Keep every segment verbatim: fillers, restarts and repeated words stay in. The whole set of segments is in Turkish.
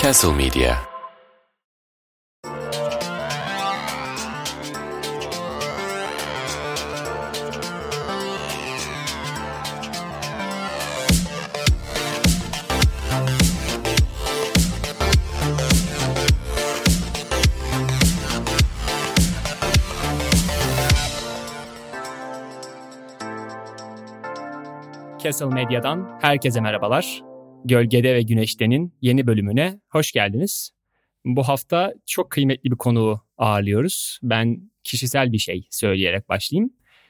Castle Media. Castle Medya'dan herkese merhabalar. Gölgede ve Güneşte'nin yeni bölümüne hoş geldiniz. Bu hafta çok kıymetli bir konuğu ağırlıyoruz. Ben kişisel bir şey söyleyerek başlayayım.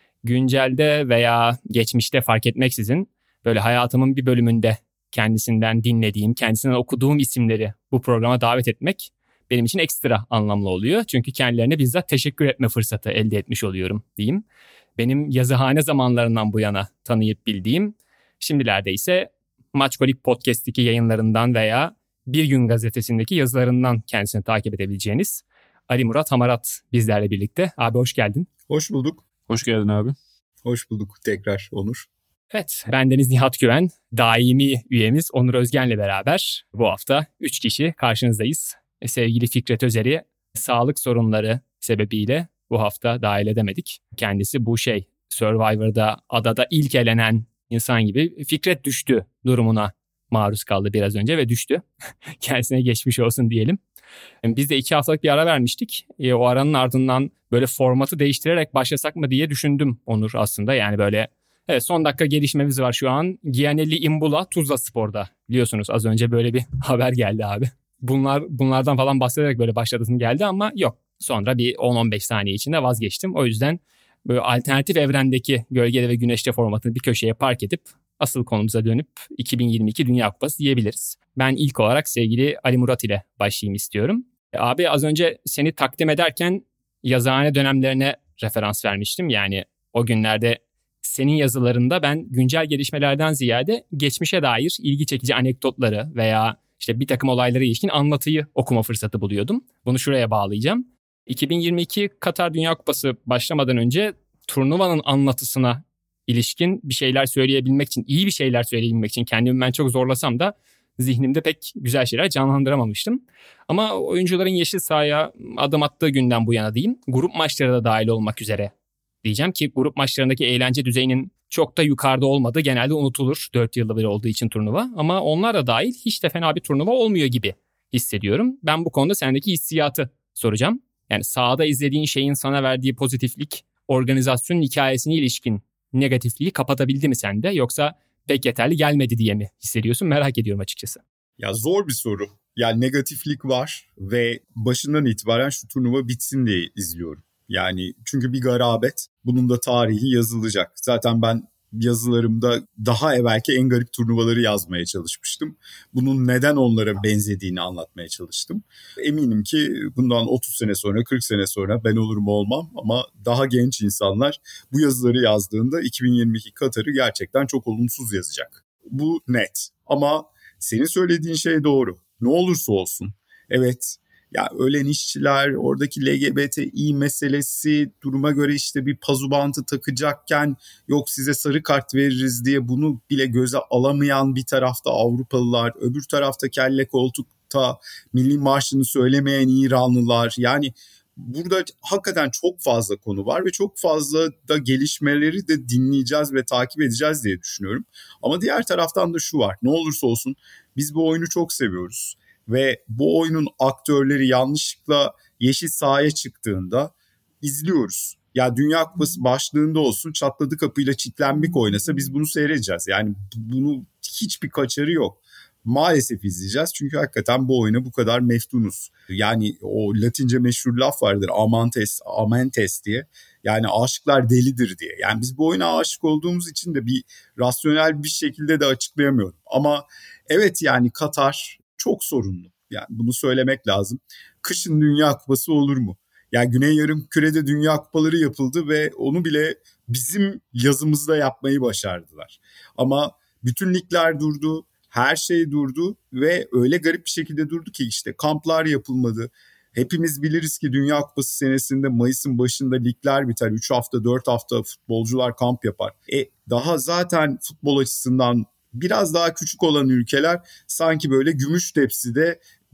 Güncelde veya geçmişte fark etmeksizin böyle hayatımın bir bölümünde kendisinden dinlediğim, kendisinden okuduğum isimleri bu programa davet etmek benim için ekstra anlamlı oluyor. Çünkü kendilerine bizzat teşekkür etme fırsatı elde etmiş oluyorum diyeyim. Benim yazıhane zamanlarından bu yana tanıyıp bildiğim, şimdilerde ise Maçkolik Podcast'teki yayınlarından veya Bir Gün Gazetesi'ndeki yazılarından kendisini takip edebileceğiniz Ali Murat Hamarat bizlerle birlikte. Abi hoş geldin. Hoş bulduk. Hoş geldin abi. Hoş bulduk tekrar Onur. Evet, bendeniz Nihat Güven, daimi üyemiz Onur Özgen'le beraber bu hafta üç kişi karşınızdayız. Sevgili Fikret Özer'i sağlık sorunları sebebiyle bu hafta dahil edemedik. Kendisi bu şey Survivor'da adada ilk elenen insan gibi Fikret düştü durumuna maruz kaldı biraz önce ve düştü. Kendisine geçmiş olsun diyelim. Biz de iki haftalık bir ara vermiştik. E, o aranın ardından böyle formatı değiştirerek başlasak mı diye düşündüm Onur aslında. Yani böyle evet, son dakika gelişmemiz var şu an. Gianelli Imbula Tuzla Spor'da. Biliyorsunuz az önce böyle bir haber geldi abi. Bunlar bunlardan falan bahsederek böyle başladığım geldi ama yok. Sonra bir on on beş saniye içinde vazgeçtim. O yüzden böyle alternatif evrendeki Gölgede ve Güneşte formatını bir köşeye park edip asıl konumuza dönüp iki bin yirmi iki Dünya Kupası diyebiliriz. Ben ilk olarak sevgili Ali Murat ile başlayayım istiyorum. E, abi az önce seni takdim ederken yazıhane dönemlerine referans vermiştim. Yani o günlerde senin yazılarında ben güncel gelişmelerden ziyade geçmişe dair ilgi çekici anekdotları veya işte bir takım olaylara ilişkin anlatıyı okuma fırsatı buluyordum. Bunu şuraya bağlayacağım. iki bin yirmi iki Katar Dünya Kupası başlamadan önce turnuvanın anlatısına ilişkin bir şeyler söyleyebilmek için, iyi bir şeyler söyleyebilmek için kendimi ben çok zorlasam da zihnimde pek güzel şeyler canlandıramamıştım. Ama oyuncuların yeşil sahaya adım attığı günden bu yana diyeyim, grup maçları da dahil olmak üzere diyeceğim ki grup maçlarındaki eğlence düzeyinin çok da yukarıda olmadığı genelde unutulur. dört yılda bir olduğu için turnuva ama onlar da dahil hiç de fena bir turnuva olmuyor gibi hissediyorum. Ben bu konuda sendeki hissiyatı soracağım. Yani sahada izlediğin şeyin sana verdiği pozitiflik, organizasyonun hikayesine ilişkin negatifliği kapatabildi mi sende, yoksa pek yeterli gelmedi diye mi hissediyorsun, merak ediyorum açıkçası. Ya zor bir soru. Yani negatiflik var ve başından itibaren şu turnuva bitsin diye izliyorum. Yani çünkü bir garabet, bunun da tarihi yazılacak. Zaten ben yazılarımda daha evvelki en garip turnuvaları yazmaya çalışmıştım. Bunun neden onlara benzediğini anlatmaya çalıştım. Eminim ki bundan otuz sene sonra, kırk sene sonra ben olurum olmam ama daha genç insanlar bu yazıları yazdığında iki bin yirmi iki Katar'ı gerçekten çok olumsuz yazacak. Bu net. Ama senin söylediğin şey doğru. Ne olursa olsun. Evet. Ya ölen işçiler, oradaki L G B T İ meselesi, duruma göre işte bir pazu bantı takacakken yok size sarı kart veririz diye bunu bile göze alamayan bir tarafta Avrupalılar, öbür tarafta kelle koltukta milli marşını söylemeyen İranlılar. Yani burada hakikaten çok fazla konu var ve çok fazla da gelişmeleri de dinleyeceğiz ve takip edeceğiz diye düşünüyorum. Ama diğer taraftan da şu var, ne olursa olsun biz bu oyunu çok seviyoruz. Ve bu oyunun aktörleri yanlışlıkla yeşil sahaya çıktığında izliyoruz. Ya Dünya Kupası başlığında olsun çatladı kapıyla çitlenmek oynasa biz bunu seyredeceğiz. Yani bunu hiçbir kaçarı yok. Maalesef izleyeceğiz çünkü hakikaten bu oyuna bu kadar meftunuz. Yani o Latince meşhur laf vardır, amantes, amentes diye. Yani aşıklar delidir diye. Yani biz bu oyuna aşık olduğumuz için de bir rasyonel bir şekilde de açıklayamıyorum. Ama evet, yani Katar çok sorunlu. Yani bunu söylemek lazım. Kışın Dünya Kupası olur mu? Yani Güney Yarımküre'de Dünya Kupaları yapıldı ve onu bile bizim yazımızda yapmayı başardılar. Ama bütün ligler durdu, her şey durdu ve öyle garip bir şekilde durdu ki işte kamplar yapılmadı. Hepimiz biliriz ki Dünya Kupası senesinde Mayıs'ın başında ligler biter. üç hafta, dört hafta futbolcular kamp yapar. E daha zaten futbol açısından biraz daha küçük olan ülkeler sanki böyle gümüş tepside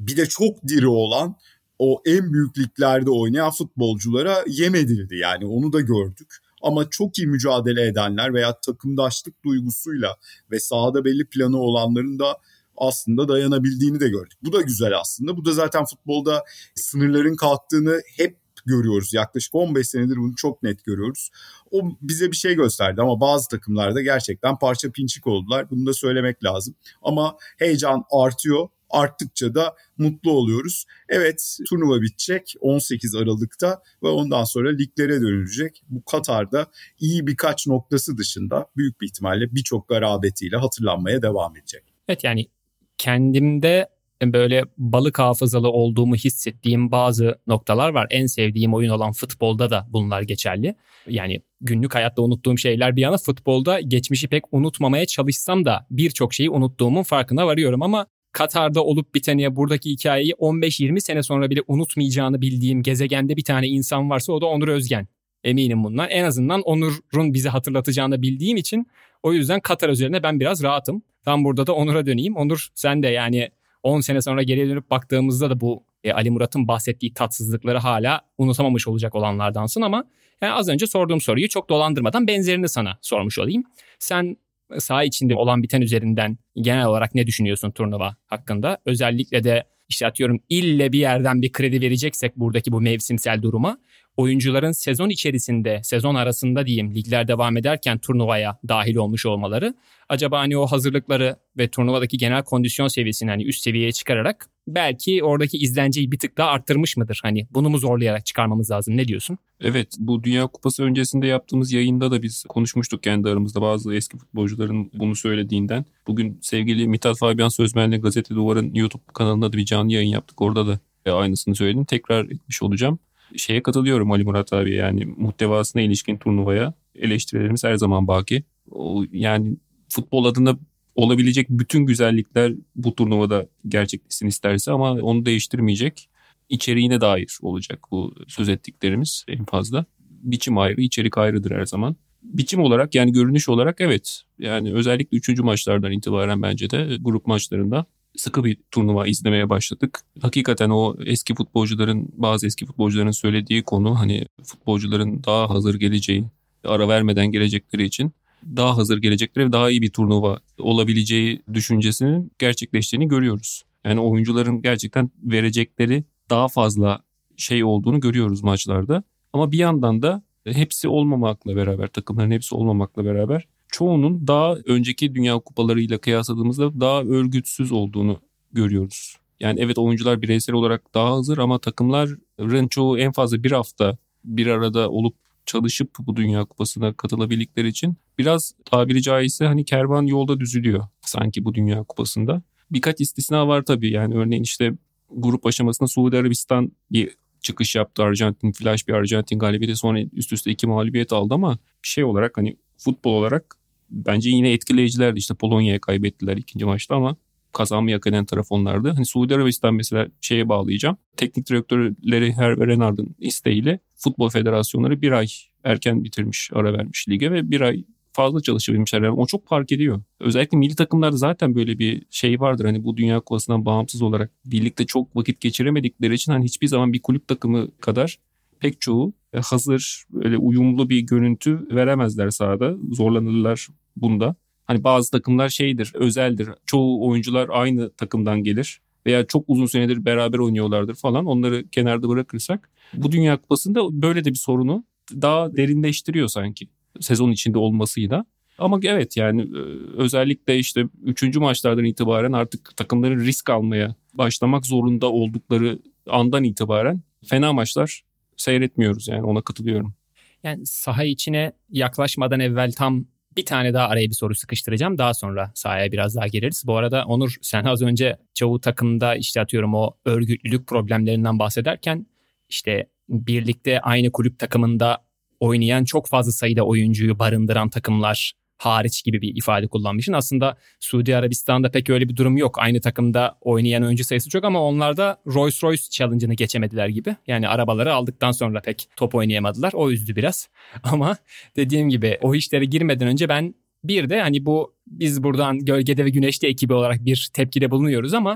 bir de çok diri olan o en büyük liglerde oynayan futbolculara yem edildi. Yani onu da gördük. Ama çok iyi mücadele edenler veya takımdaşlık duygusuyla ve sahada belli planı olanların da aslında dayanabildiğini de gördük. Bu da güzel aslında. Bu da zaten futbolda sınırların kalktığını hep görüyoruz. Yaklaşık on beş senedir bunu çok net görüyoruz. O bize bir şey gösterdi ama bazı takımlarda gerçekten parça pinçik oldular. Bunu da söylemek lazım. Ama heyecan artıyor. Arttıkça da mutlu oluyoruz. Evet, turnuva bitecek on sekiz Aralık'ta ve ondan sonra liglere dönülecek. Bu Katar'da iyi birkaç noktası dışında büyük bir ihtimalle birçok garabetiyle hatırlanmaya devam edecek. Evet, yani kendimde böyle balık hafızalı olduğumu hissettiğim bazı noktalar var. En sevdiğim oyun olan futbolda da bunlar geçerli. Yani günlük hayatta unuttuğum şeyler bir yana, futbolda geçmişi pek unutmamaya çalışsam da birçok şeyi unuttuğumun farkına varıyorum ama Katar'da olup biteni, buradaki hikayeyi on beş yirmi sene sonra bile unutmayacağını bildiğim gezegende bir tane insan varsa o da Onur Özgen. Eminim bundan. En azından Onur'un bizi hatırlatacağını bildiğim için o yüzden Katar üzerine ben biraz rahatım. Tam burada da Onur'a döneyim. Onur, sen de yani on sene sonra geriye dönüp baktığımızda da bu e, Ali Murat'ın bahsettiği tatsızlıkları hala unutamamış olacak olanlardansın ama yani az önce sorduğum soruyu çok dolandırmadan benzerini sana sormuş olayım. Sen saha içinde olan biten üzerinden genel olarak ne düşünüyorsun turnuva hakkında? Özellikle de işte atıyorum ille bir yerden bir kredi vereceksek buradaki bu mevsimsel duruma, oyuncuların sezon içerisinde, sezon arasında diyeyim, ligler devam ederken turnuvaya dahil olmuş olmaları acaba hani o hazırlıkları ve turnuvadaki genel kondisyon seviyesini hani üst seviyeye çıkararak belki oradaki izlenceyi bir tık daha arttırmış mıdır? Hani bunu mu zorlayarak çıkarmamız lazım? Ne diyorsun? Evet, bu Dünya Kupası öncesinde yaptığımız yayında da biz konuşmuştuk kendi aramızda bazı eski futbolcuların bunu söylediğinden. Bugün sevgili Mithat Fabian Sözmen'le Gazete Duvar'ın YouTube kanalında da bir canlı yayın yaptık. Orada da aynısını söyledim. Tekrar etmiş olacağım. Şeye katılıyorum Ali Murat abi, yani muhtevasına ilişkin turnuvaya eleştirilerimiz her zaman baki. O, yani futbol adına olabilecek bütün güzellikler bu turnuvada gerçekleşsin isterse ama onu değiştirmeyecek. İçeriğine dair olacak bu söz ettiklerimiz en fazla. Biçim ayrı, içerik ayrıdır her zaman. Biçim olarak, yani görünüş olarak evet. Yani özellikle üçüncü maçlardan itibaren bence de grup maçlarında sıkı bir turnuva izlemeye başladık. Hakikaten o eski futbolcuların, bazı eski futbolcuların söylediği konu, hani futbolcuların daha hazır geleceği, ara vermeden gelecekleri için daha hazır gelecekleri ve daha iyi bir turnuva olabileceği düşüncesinin gerçekleştiğini görüyoruz. Yani oyuncuların gerçekten verecekleri daha fazla şey olduğunu görüyoruz maçlarda. Ama bir yandan da hepsi olmamakla beraber, takımların hepsi olmamakla beraber çoğunun daha önceki Dünya Kupalarıyla kıyasladığımızda daha örgütsüz olduğunu görüyoruz. Yani evet, oyuncular bireysel olarak daha hazır ama takımların çoğu en fazla bir hafta bir arada olup çalışıp bu Dünya Kupası'na katılabildikleri için biraz tabiri caizse hani kervan yolda düzülüyor sanki bu Dünya Kupası'nda. Birkaç istisna var tabii, yani örneğin işte grup aşamasında Suudi Arabistan bir çıkış yaptı. Arjantin, flash bir Arjantin galibiyeti, sonra üst üste iki mağlubiyet aldı ama bir şey olarak, hani futbol olarak bence yine etkileyicilerdi. İşte Polonya'ya kaybettiler ikinci maçta ama kazanmayı hak eden taraf onlardı. Hani Suudi Arabistan mesela şeye bağlayacağım. Teknik direktörleri Hervé Renard'ın isteğiyle Futbol Federasyonları bir ay erken bitirmiş, ara vermiş lige ve bir ay fazla çalışabilmişler. Yani o çok fark ediyor. Özellikle milli takımlarda zaten böyle bir şey vardır. Hani bu Dünya Kupası'ndan bağımsız olarak birlikte çok vakit geçiremedikleri için hani hiçbir zaman bir kulüp takımı kadar pek çoğu hazır, böyle uyumlu bir görüntü veremezler sahada. Zorlanırlar bunda. Hani bazı takımlar şeydir, özeldir. Çoğu oyuncular aynı takımdan gelir veya çok uzun senedir beraber oynuyorlardır falan. Onları kenarda bırakırsak bu Dünya Kupası'nda böyle de bir sorunu daha derinleştiriyor sanki sezon içinde olmasıyla. Ama evet, yani özellikle işte üçüncü maçlardan itibaren artık takımların risk almaya başlamak zorunda oldukları andan itibaren fena maçlar seyretmiyoruz, yani ona katılıyorum. Yani saha içine yaklaşmadan evvel tam bir tane daha araya bir soru sıkıştıracağım. Daha sonra sahaya biraz daha gireriz. Bu arada Onur, sen az önce çoğu takımda işte atıyorum o örgütlülük problemlerinden bahsederken işte birlikte aynı kulüp takımında oynayan çok fazla sayıda oyuncuyu barındıran takımlar hariç gibi bir ifade kullanmışsın. Aslında Suudi Arabistan'da pek öyle bir durum yok. Aynı takımda oynayan oyuncu sayısı çok ama onlar da Rolls Royce challenge'ını geçemediler gibi. Yani arabaları aldıktan sonra pek top oynayamadılar. O üzdü biraz. Ama dediğim gibi o işlere girmeden önce ben bir de hani bu biz buradan Gölgede ve Güneşte ekibi olarak bir tepkide bulunuyoruz ama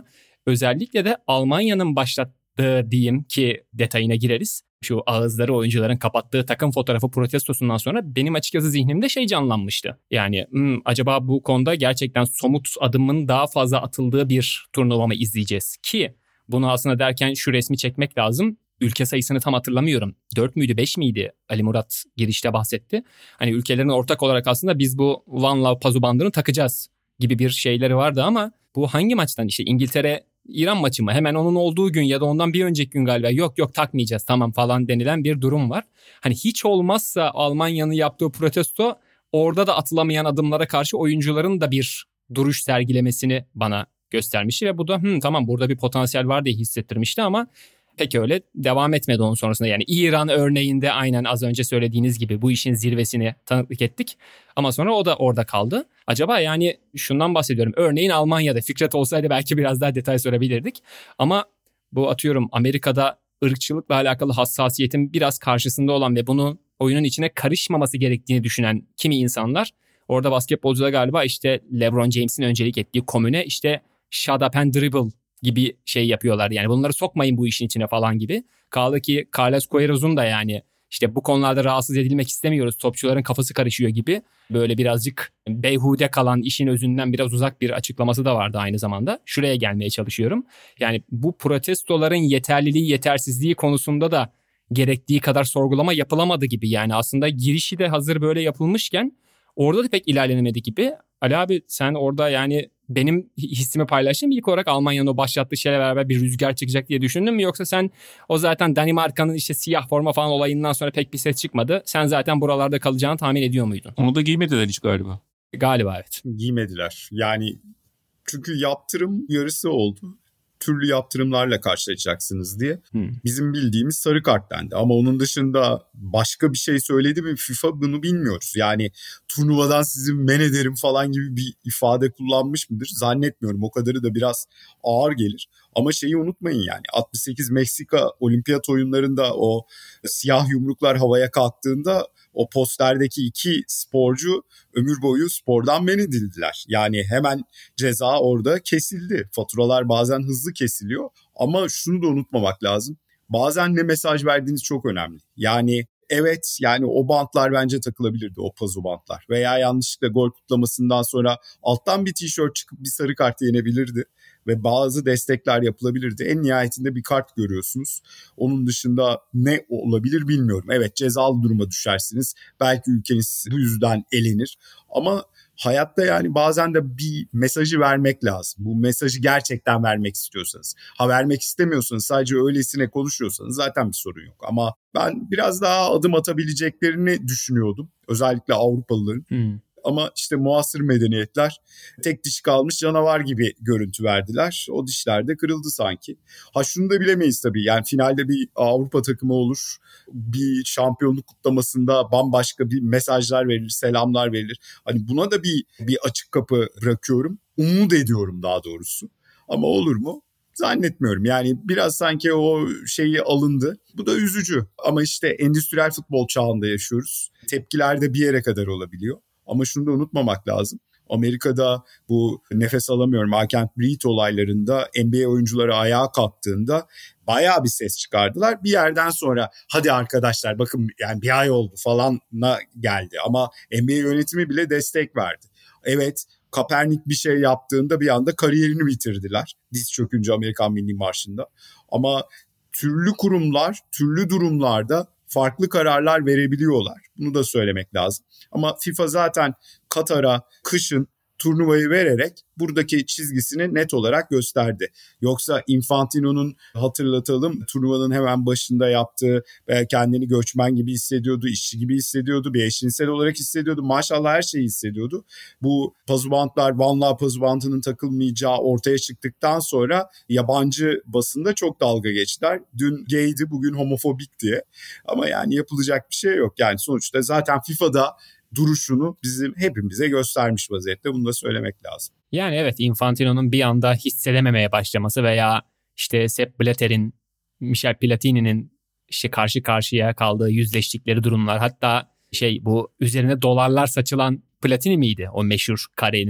özellikle de Almanya'nın başlattığı diyeyim ki detayına gireriz. Şu ağızları oyuncuların kapattığı takım fotoğrafı protestosundan sonra benim açıkçası zihnimde şey canlanmıştı. Yani hmm, acaba bu konuda gerçekten somut adımın daha fazla atıldığı bir turnuva mı izleyeceğiz? Ki bunu aslında derken şu resmi çekmek lazım. Ülke sayısını tam hatırlamıyorum. dört müydü beş miydi? Ali Murat girişte bahsetti. Hani ülkelerin ortak olarak aslında biz bu One Love Pazu bandını takacağız gibi bir şeyleri vardı ama bu hangi maçtan işte İngiltere İran maçı mı? Hemen onun olduğu gün ya da ondan bir önceki gün galiba yok yok takmayacağız tamam falan denilen bir durum var. Hani hiç olmazsa Almanya'nın yaptığı protesto orada da atılamayan adımlara karşı oyuncuların da bir duruş sergilemesini bana göstermişti ve bu da Hı, tamam burada bir potansiyel var diye hissettirmişti ama pek öyle devam etmedi onun sonrasında. Yani İran örneğinde aynen az önce söylediğiniz gibi bu işin zirvesini tanıklık ettik. Ama sonra o da orada kaldı. Acaba yani şundan bahsediyorum. Örneğin Almanya'da Fikret olsaydı belki biraz daha detay sorabilirdik. Ama bu atıyorum Amerika'da ırkçılıkla alakalı hassasiyetin biraz karşısında olan ve bunun oyunun içine karışmaması gerektiğini düşünen kimi insanlar orada basketbolcuda galiba işte LeBron James'in öncelik ettiği komüne işte shut up and dribble gibi şey yapıyorlar. Yani bunları sokmayın bu işin içine falan gibi. Kaldı ki Carlos Queiroz'un da yani işte bu konularda rahatsız edilmek istemiyoruz. Topçuların kafası karışıyor gibi böyle birazcık beyhude kalan işin özünden biraz uzak bir açıklaması da vardı aynı zamanda. Şuraya gelmeye çalışıyorum. Yani bu protestoların yeterliliği yetersizliği konusunda da gerektiği kadar sorgulama yapılamadı gibi. Yani aslında girişi de hazır böyle yapılmışken orada da pek ilerlenemedi gibi. Ali abi sen orada yani benim hissimi paylaştın mı? İlk olarak Almanya'nın o başlattığı şeyle beraber bir rüzgar çıkacak diye düşündün mü? Yoksa sen o zaten Danimarka'nın işte siyah forma falan olayından sonra pek bir ses çıkmadı. Sen zaten buralarda kalacağını tahmin ediyor muydun? Onu da giymediler hiç galiba. Galiba evet. Giymediler. Yani çünkü yaptırım yarısı oldu. Türlü yaptırımlarla karşılaşacaksınız diye. Hmm. Bizim bildiğimiz sarı kart dendi. Ama onun dışında başka bir şey söyledi mi FIFA bunu bilmiyoruz. Yani turnuvadan sizi men ederim falan gibi bir ifade kullanmış mıdır? Zannetmiyorum. O kadarı da biraz ağır gelir. Ama şeyi unutmayın yani altmış sekiz Meksika olimpiyat oyunlarında o siyah yumruklar havaya kalktığında o posterdeki iki sporcu ömür boyu spordan men edildiler. Yani hemen ceza orada kesildi. Faturalar bazen hızlı kesiliyor ama şunu da unutmamak lazım. Bazen ne mesaj verdiğiniz çok önemli. Yani evet yani o bantlar bence takılabilirdi, o pazu bantlar. Veya yanlışlıkla gol kutlamasından sonra alttan bir tişört çıkıp bir sarı kart yenebilirdi. Ve bazı destekler yapılabilirdi. En nihayetinde bir kart görüyorsunuz. Onun dışında ne olabilir bilmiyorum. Evet cezalı duruma düşersiniz. Belki ülkeniz bu yüzden elenir. Ama hayatta yani bazen de bir mesajı vermek lazım. Bu mesajı gerçekten vermek istiyorsanız. Ha vermek istemiyorsanız sadece öylesine konuşuyorsanız zaten bir sorun yok. Ama ben biraz daha adım atabileceklerini düşünüyordum. Özellikle Avrupalıların. Hmm. Ama işte muasır medeniyetler tek diş kalmış canavar gibi görüntü verdiler. O dişler de kırıldı sanki. Ha şunu da bilemeyiz tabii. Yani finalde bir Avrupa takımı olur. Bir şampiyonluk kutlamasında bambaşka bir mesajlar verilir, selamlar verilir. Hani buna da bir bir açık kapı bırakıyorum. Umut ediyorum daha doğrusu. Ama olur mu? Zannetmiyorum. Yani biraz sanki o şeyi alındı. Bu da üzücü. Ama işte endüstriyel futbol çağında yaşıyoruz. Tepkiler de bir yere kadar olabiliyor. Ama şunu da unutmamak lazım. Amerika'da bu nefes alamıyorum Hakan Reed olaylarında N B A oyuncuları ayağa kalktığında bayağı bir ses çıkardılar. Bir yerden sonra hadi arkadaşlar bakın yani bir ay oldu falanla geldi. Ama N B A yönetimi bile destek verdi. Evet Kaepernick bir şey yaptığında bir anda kariyerini bitirdiler. Diz çökünce Amerikan Milli Marşı'nda. Ama türlü kurumlar, türlü durumlarda farklı kararlar verebiliyorlar. Bunu da söylemek lazım. Ama FIFA zaten Katar'a kışın turnuvayı vererek buradaki çizgisini net olarak gösterdi. Yoksa Infantino'nun hatırlatalım turnuvanın hemen başında yaptığı kendini göçmen gibi hissediyordu, işçi gibi hissediyordu, bir eşcinsel olarak hissediyordu. Maşallah her şeyi hissediyordu. Bu pazubantlar, One Love pazubantının takılmayacağı ortaya çıktıktan sonra yabancı basında çok dalga geçtiler. Dün gaydi, bugün homofobik diye. Ama yani yapılacak bir şey yok. Yani sonuçta zaten FIFA'da duruşunu bizim hepimize göstermiş vaziyette. Bunu da söylemek lazım. Yani evet Infantino'nun bir anda hissedememeye başlaması veya işte Sepp Blatter'in, Michel Platini'nin işte karşı karşıya kaldığı yüzleştikleri durumlar. Hatta şey bu üzerine dolarlar saçılan Platini miydi? O meşhur karenin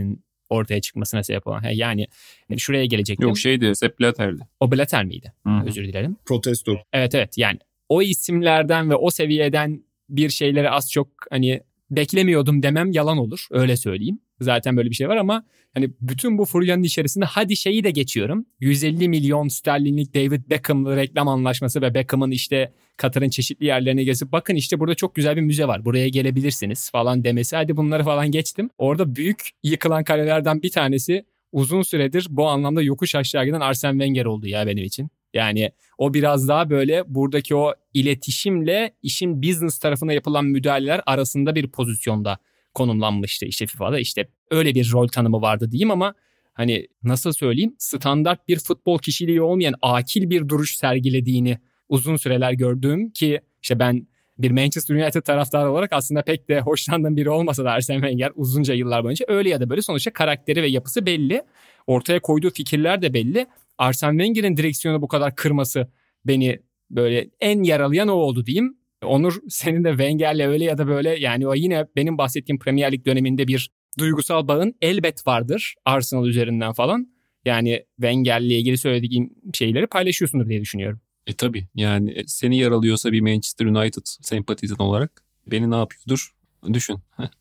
ortaya çıkmasına sebep olan. Yani şuraya gelecektim. Yok şeydi, Sepp Blatter'di. O Blatter miydi? Hı-hı. Özür dilerim. Protesto. Evet evet, yani o isimlerden ve o seviyeden bir şeyleri az çok hani beklemiyordum demem yalan olur. Öyle söyleyeyim. Zaten böyle bir şey var ama hani bütün bu furyanın içerisinde hadi şeyi de geçiyorum. yüz elli milyon sterlinlik David Beckham'lı reklam anlaşması ve Beckham'ın işte Katar'ın çeşitli yerlerine gezip bakın işte burada çok güzel bir müze var, buraya gelebilirsiniz falan demesi. Hadi bunları falan geçtim. Orada büyük yıkılan kalelerden bir tanesi uzun süredir bu anlamda yokuş aşağı giden Arsene Wenger oldu ya benim için. Yani o biraz daha böyle buradaki o iletişimle işin business tarafına yapılan müdahaleler arasında bir pozisyonda konumlanmıştı işte FIFA'da. İşte öyle bir rol tanımı vardı diyeyim ama hani nasıl söyleyeyim, standart bir futbol kişiliği olmayan akil bir duruş sergilediğini uzun süreler gördüğüm, ki işte ben bir Manchester United taraftarı olarak aslında pek de hoşlandığım biri olmasa da Arsene Wenger uzunca yıllar boyunca öyle ya da böyle sonuçta karakteri ve yapısı belli. Ortaya koyduğu fikirler de belli. Arsene Wenger'in direksiyonu bu kadar kırması beni böyle en yaralayan o oldu diyeyim. Onur, senin de Wenger'le öyle ya da böyle, yani o yine benim bahsettiğim Premier Lig döneminde bir duygusal bağın elbet vardır Arsenal üzerinden falan. Yani Wenger'le ilgili söylediğim şeyleri paylaşıyorsundur diye düşünüyorum. E tabii yani seni yaralıyorsa bir Manchester United sempatizan olarak beni ne yapıyordur düşün.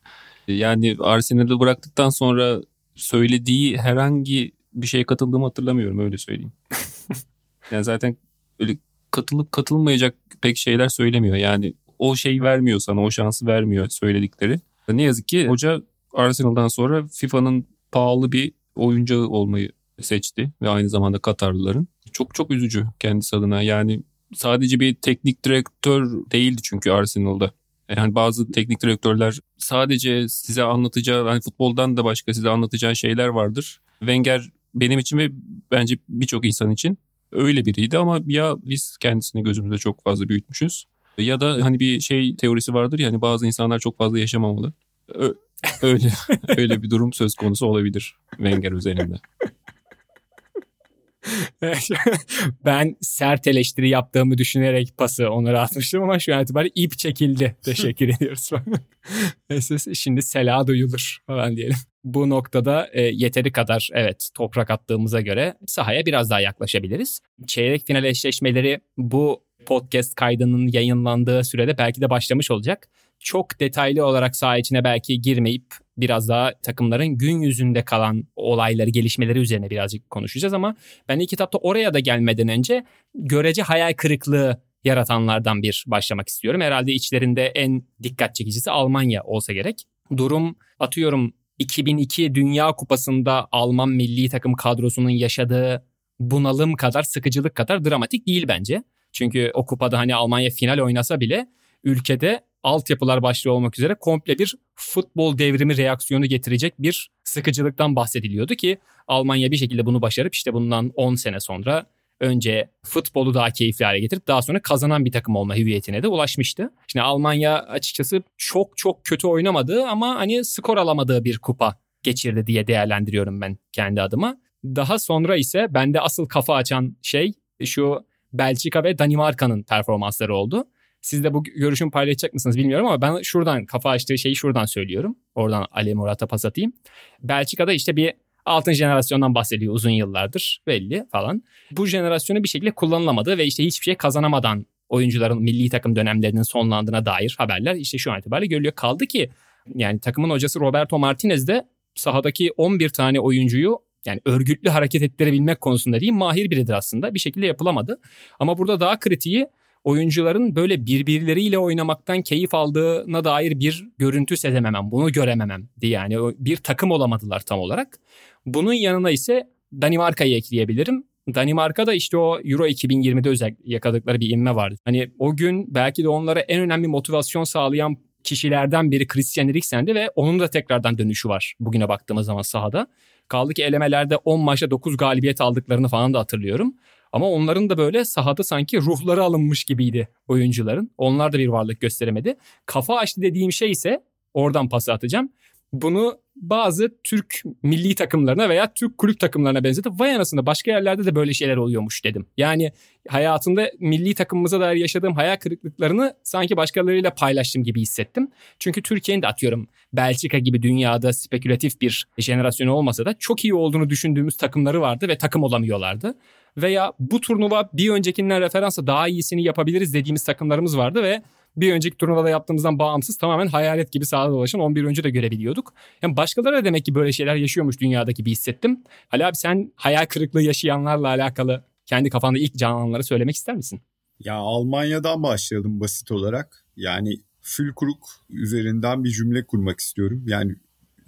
Yani Arsenal'ı bıraktıktan sonra söylediği herhangi bir şeye katıldığımı hatırlamıyorum, öyle söyleyeyim. Yani zaten öyle katılıp katılmayacak pek şeyler söylemiyor. Yani o şeyi vermiyor sana, o şansı vermiyor söyledikleri. Ne yazık ki hoca Arsenal'dan sonra FIFA'nın pahalı bir oyuncağı olmayı seçti ve aynı zamanda Katarlıların. Çok çok üzücü kendisi adına. Yani sadece bir teknik direktör değildi çünkü Arsenal'da. Yani bazı teknik direktörler sadece size anlatacağı, yani futboldan da başka size anlatacağı şeyler vardır. Wenger benim için ve bence birçok insan için öyle biriydi ama ya biz kendisini gözümüzde çok fazla büyütmüşüz ya da hani bir şey teorisi vardır ya, hani bazı insanlar çok fazla yaşamamalı. Ö- öyle öyle bir durum söz konusu olabilir Wenger üzerinde. Ben sert eleştiri yaptığımı düşünerek pası Onur'a atmıştım ama şu an itibariyle ip çekildi. Teşekkür ediyoruz. Şimdi sela duyulur falan diyelim. Bu noktada e, yeteri kadar evet toprak attığımıza göre sahaya biraz daha yaklaşabiliriz. Çeyrek final eşleşmeleri bu podcast kaydının yayınlandığı sürede belki de başlamış olacak. Çok detaylı olarak saha içine belki girmeyip biraz daha takımların gün yüzünde kalan olayları, gelişmeleri üzerine birazcık konuşacağız ama ben ilk etapta oraya da gelmeden önce görece hayal kırıklığı yaratanlardan bir başlamak istiyorum. Herhalde içlerinde en dikkat çekicisi Almanya olsa gerek. Durum atıyorum iki bin iki Dünya Kupası'nda Alman milli takım kadrosunun yaşadığı bunalım kadar, sıkıcılık kadar dramatik değil bence. Çünkü o kupada hani Almanya final oynasa bile ülkede altyapılar başta olmak üzere komple bir futbol devrimi reaksiyonu getirecek bir sıkıcılıktan bahsediliyordu ki Almanya bir şekilde bunu başarıp işte bundan on sene sonra önce futbolu daha keyifli hale getirip daha sonra kazanan bir takım olma hüviyetine de ulaşmıştı. Şimdi Almanya açıkçası çok çok kötü oynamadığı ama hani skor alamadığı bir kupa geçirdi diye değerlendiriyorum ben kendi adıma. Daha sonra ise bende asıl kafa açan şey şu Belçika ve Danimarka'nın performansları oldu. Siz de bu görüşümü paylaşacak mısınız bilmiyorum ama ben şuradan kafa açtığı şeyi şuradan söylüyorum. Oradan Ali Murat'a pas atayım. Belçika'da işte bir altın jenerasyondan bahsediyor uzun yıllardır belli falan. Bu jenerasyonu bir şekilde kullanılamadı ve işte hiçbir şey kazanamadan oyuncuların milli takım dönemlerinin sonlandığına dair haberler işte şu an itibariyle görülüyor. Kaldı ki yani takımın hocası Roberto Martinez de sahadaki on bir tane oyuncuyu yani örgütlü hareket ettirebilmek konusunda değil mahir biridir aslında. Bir şekilde yapılamadı. Ama burada daha kritiği oyuncuların böyle birbirleriyle oynamaktan keyif aldığına dair bir görüntü sezememem, bunu görememem diye yani bir takım olamadılar tam olarak. Bunun yanına ise Danimarka'yı ekleyebilirim. Danimarka'da işte o Euro iki bin yirmide özellikle yakaladıkları bir inme vardı. Hani o gün belki de onlara en önemli motivasyon sağlayan kişilerden biri Christian Eriksen'di ve onun da tekrardan dönüşü var bugüne baktığımız zaman sahada. Kaldı ki elemelerde on maçta dokuz galibiyet aldıklarını falan da hatırlıyorum. Ama onların da böyle sahada sanki ruhları alınmış gibiydi oyuncuların. Onlar da bir varlık gösteremedi. Kafa açtı dediğim şey ise oradan pas atacağım. bunu bazı Türk milli takımlarına veya Türk kulüp takımlarına benzedi. Vay anasını, başka yerlerde de böyle şeyler oluyormuş dedim. Yani hayatımda milli takımımıza dair yaşadığım hayal kırıklıklarını sanki başkalarıyla paylaştım gibi hissettim. Çünkü Türkiye'nin de atıyorum Belçika gibi dünyada spekülatif bir jenerasyonu olmasa da çok iyi olduğunu düşündüğümüz takımları vardı ve takım olamıyorlardı. Veya bu turnuva bir öncekinden referansla daha iyisini yapabiliriz dediğimiz takımlarımız vardı ve bir önceki turnuvada yaptığımızdan bağımsız tamamen hayalet gibi sahada dolaşan on bir oyuncu da görebiliyorduk. Yani başkaları da demek ki böyle şeyler yaşıyormuş dünyada gibi hissettim. Ali abi, sen hayal kırıklığı yaşayanlarla alakalı kendi kafanda ilk canlananları söylemek ister misin? Ya Almanya'dan başlayalım basit olarak. Yani Füllkrug üzerinden bir cümle kurmak istiyorum. Yani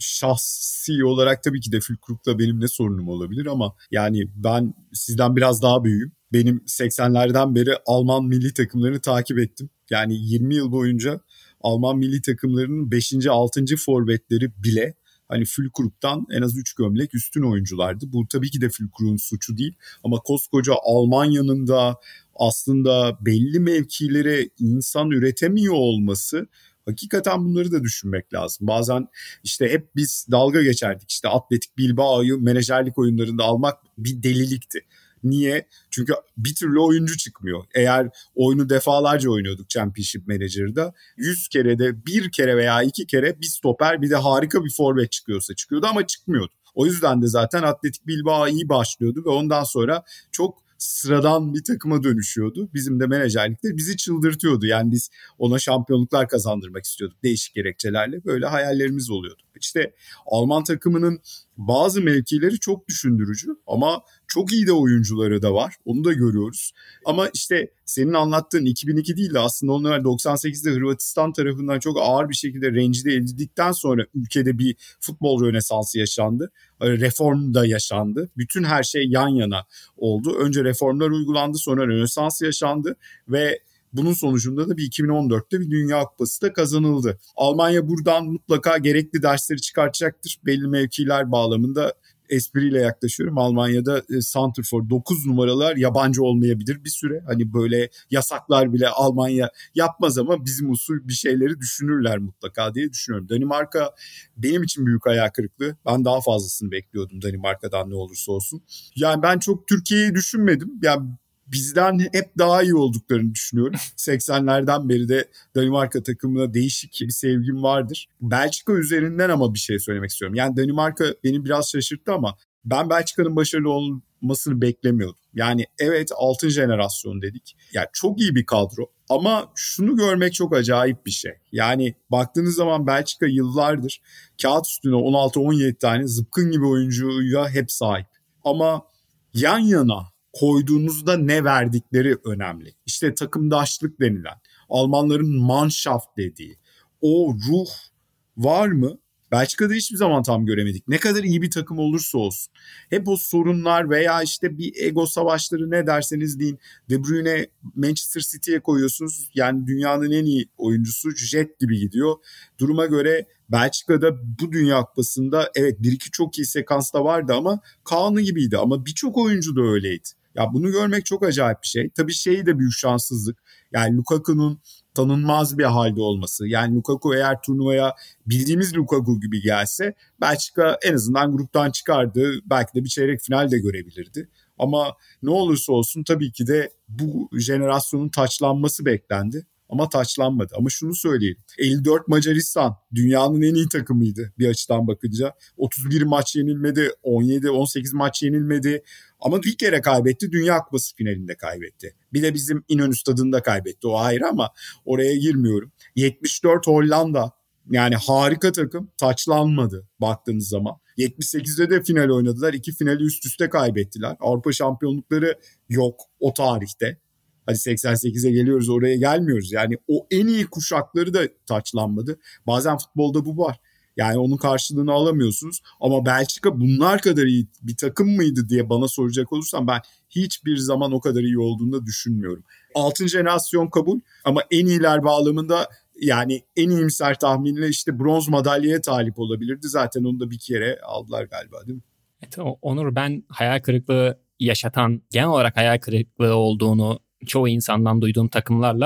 şahsi olarak tabii ki de Füllkrug'la benim ne sorunum olabilir ama yani ben sizden biraz daha büyüğüm. Benim seksenlerden beri Alman milli takımlarını takip ettim. Yani yirmi yıl boyunca Alman milli takımlarının beşinci altıncı forvetleri bile hani Füllkrug'dan en az üç gömlek üstün oyunculardı. Bu tabii ki de Füllkrug'un suçu değil ama koskoca Almanya'nın da aslında belli mevkilere insan üretemiyor olması, hakikaten bunları da düşünmek lazım. Bazen işte hep biz dalga geçerdik, işte Atletik Bilbao'yu menajerlik oyunlarında almak bir delilikti. Niye? Çünkü bir türlü oyuncu çıkmıyor. Eğer oyunu defalarca oynuyorduk Championship Manager'da, yüz kerede bir kere veya iki kere bir stoper bir de harika bir forvet çıkıyorsa çıkıyordu ama çıkmıyordu. O yüzden de zaten Atletik Bilbao iyi başlıyordu ve ondan sonra çok sıradan bir takıma dönüşüyordu. Bizim de menajerlikler bizi çıldırtıyordu. Yani biz ona şampiyonluklar kazandırmak istiyorduk değişik gerekçelerle. Böyle hayallerimiz oluyordu. İşte Alman takımının bazı mevkileri çok düşündürücü ama çok iyi de oyuncuları da var. Onu da görüyoruz. Ama işte senin anlattığın iki bin iki değil de aslında onlar doksan sekizde Hırvatistan tarafından çok ağır bir şekilde rencide edildikten sonra ülkede bir futbol rönesansı yaşandı. Reform da yaşandı. Bütün her şey yan yana oldu. Önce reformlar uygulandı, sonra rönesans yaşandı ve bunun sonucunda da bir iki bin on dörtte bir Dünya Kupası da kazanıldı. Almanya buradan mutlaka gerekli dersleri çıkartacaktır. Belli mevkiler bağlamında espriyle yaklaşıyorum. Almanya'da e, santrfor dokuz numaralar yabancı olmayabilir bir süre. Hani böyle yasaklar bile Almanya yapmaz ama bizim usul bir şeyleri düşünürler mutlaka diye düşünüyorum. Danimarka benim için büyük hayal kırıklığı. Ben daha fazlasını bekliyordum Danimarka'dan ne olursa olsun. Yani ben çok Türkiye'yi düşünmedim. Yani bizden hep daha iyi olduklarını düşünüyorum. seksenlerden beri de Danimarka takımına değişik bir sevgim vardır. Belçika üzerinden ama bir şey söylemek istiyorum. Yani Danimarka beni biraz şaşırttı ama ben Belçika'nın başarılı olmasını beklemiyordum. Yani evet altın jenerasyon dedik. Yani çok iyi bir kadro ama şunu görmek çok acayip bir şey. Yani baktığınız zaman Belçika yıllardır kağıt üstüne on altı on yedi tane zıpkın gibi oyuncuya hep sahip. Ama yan yana koyduğunuzda ne verdikleri önemli. İşte takımdaşlık denilen, Almanların Mannschaft dediği o ruh var mı? Belçika'da hiçbir zaman tam göremedik. Ne kadar iyi bir takım olursa olsun. Hep o sorunlar veya işte bir ego savaşları ne derseniz deyin. De Bruyne Manchester City'ye koyuyorsunuz. Yani dünyanın en iyi oyuncusu jet gibi gidiyor. Duruma göre Belçika'da bu Dünya Kupası'nda evet bir iki çok iyi sekans da vardı ama kanı gibiydi. Ama birçok oyuncu da öyleydi. Ya bunu görmek çok acayip bir şey. Tabii şey de büyük şanssızlık. Yani Lukaku'nun tanınmaz bir halde olması. Yani Lukaku eğer turnuvaya bildiğimiz Lukaku gibi gelse Belçika en azından gruptan çıkardı. Belki de bir çeyrek final de görebilirdi. Ama ne olursa olsun tabii ki de bu jenerasyonun taçlanması beklendi. Ama taçlanmadı. Ama şunu söyleyeyim. elli dört Macaristan dünyanın en iyi takımıydı bir açıdan bakınca. otuz bir maç yenilmedi, on yedi on sekiz maç yenilmedi. Ama bir kere kaybetti, Dünya Kupası finalinde kaybetti. Bir de bizim İnönü Stadı'nda kaybetti, o ayrı ama oraya girmiyorum. yetmiş dört Hollanda, yani harika takım, taçlanmadı baktığınız zaman. yetmiş sekizde de final oynadılar, iki finali üst üste kaybettiler. Avrupa şampiyonlukları yok o tarihte. Hadi seksen sekize geliyoruz, oraya gelmiyoruz. Yani o en iyi kuşakları da taçlanmadı. Bazen futbolda bu var. Yani onun karşılığını alamıyorsunuz. Ama Belçika bunlar kadar iyi bir takım mıydı diye bana soracak olursam ben hiçbir zaman o kadar iyi olduğunu da düşünmüyorum. Altın jenerasyon kabul ama en iyiler bağlamında yani en iyimser tahminle işte bronz madalyaya talip olabilirdi. Zaten onu da bir kere aldılar galiba, değil mi? Evet, Onur, ben hayal kırıklığı yaşatan, genel olarak hayal kırıklığı olduğunu çoğu insandan duyduğum takımlarla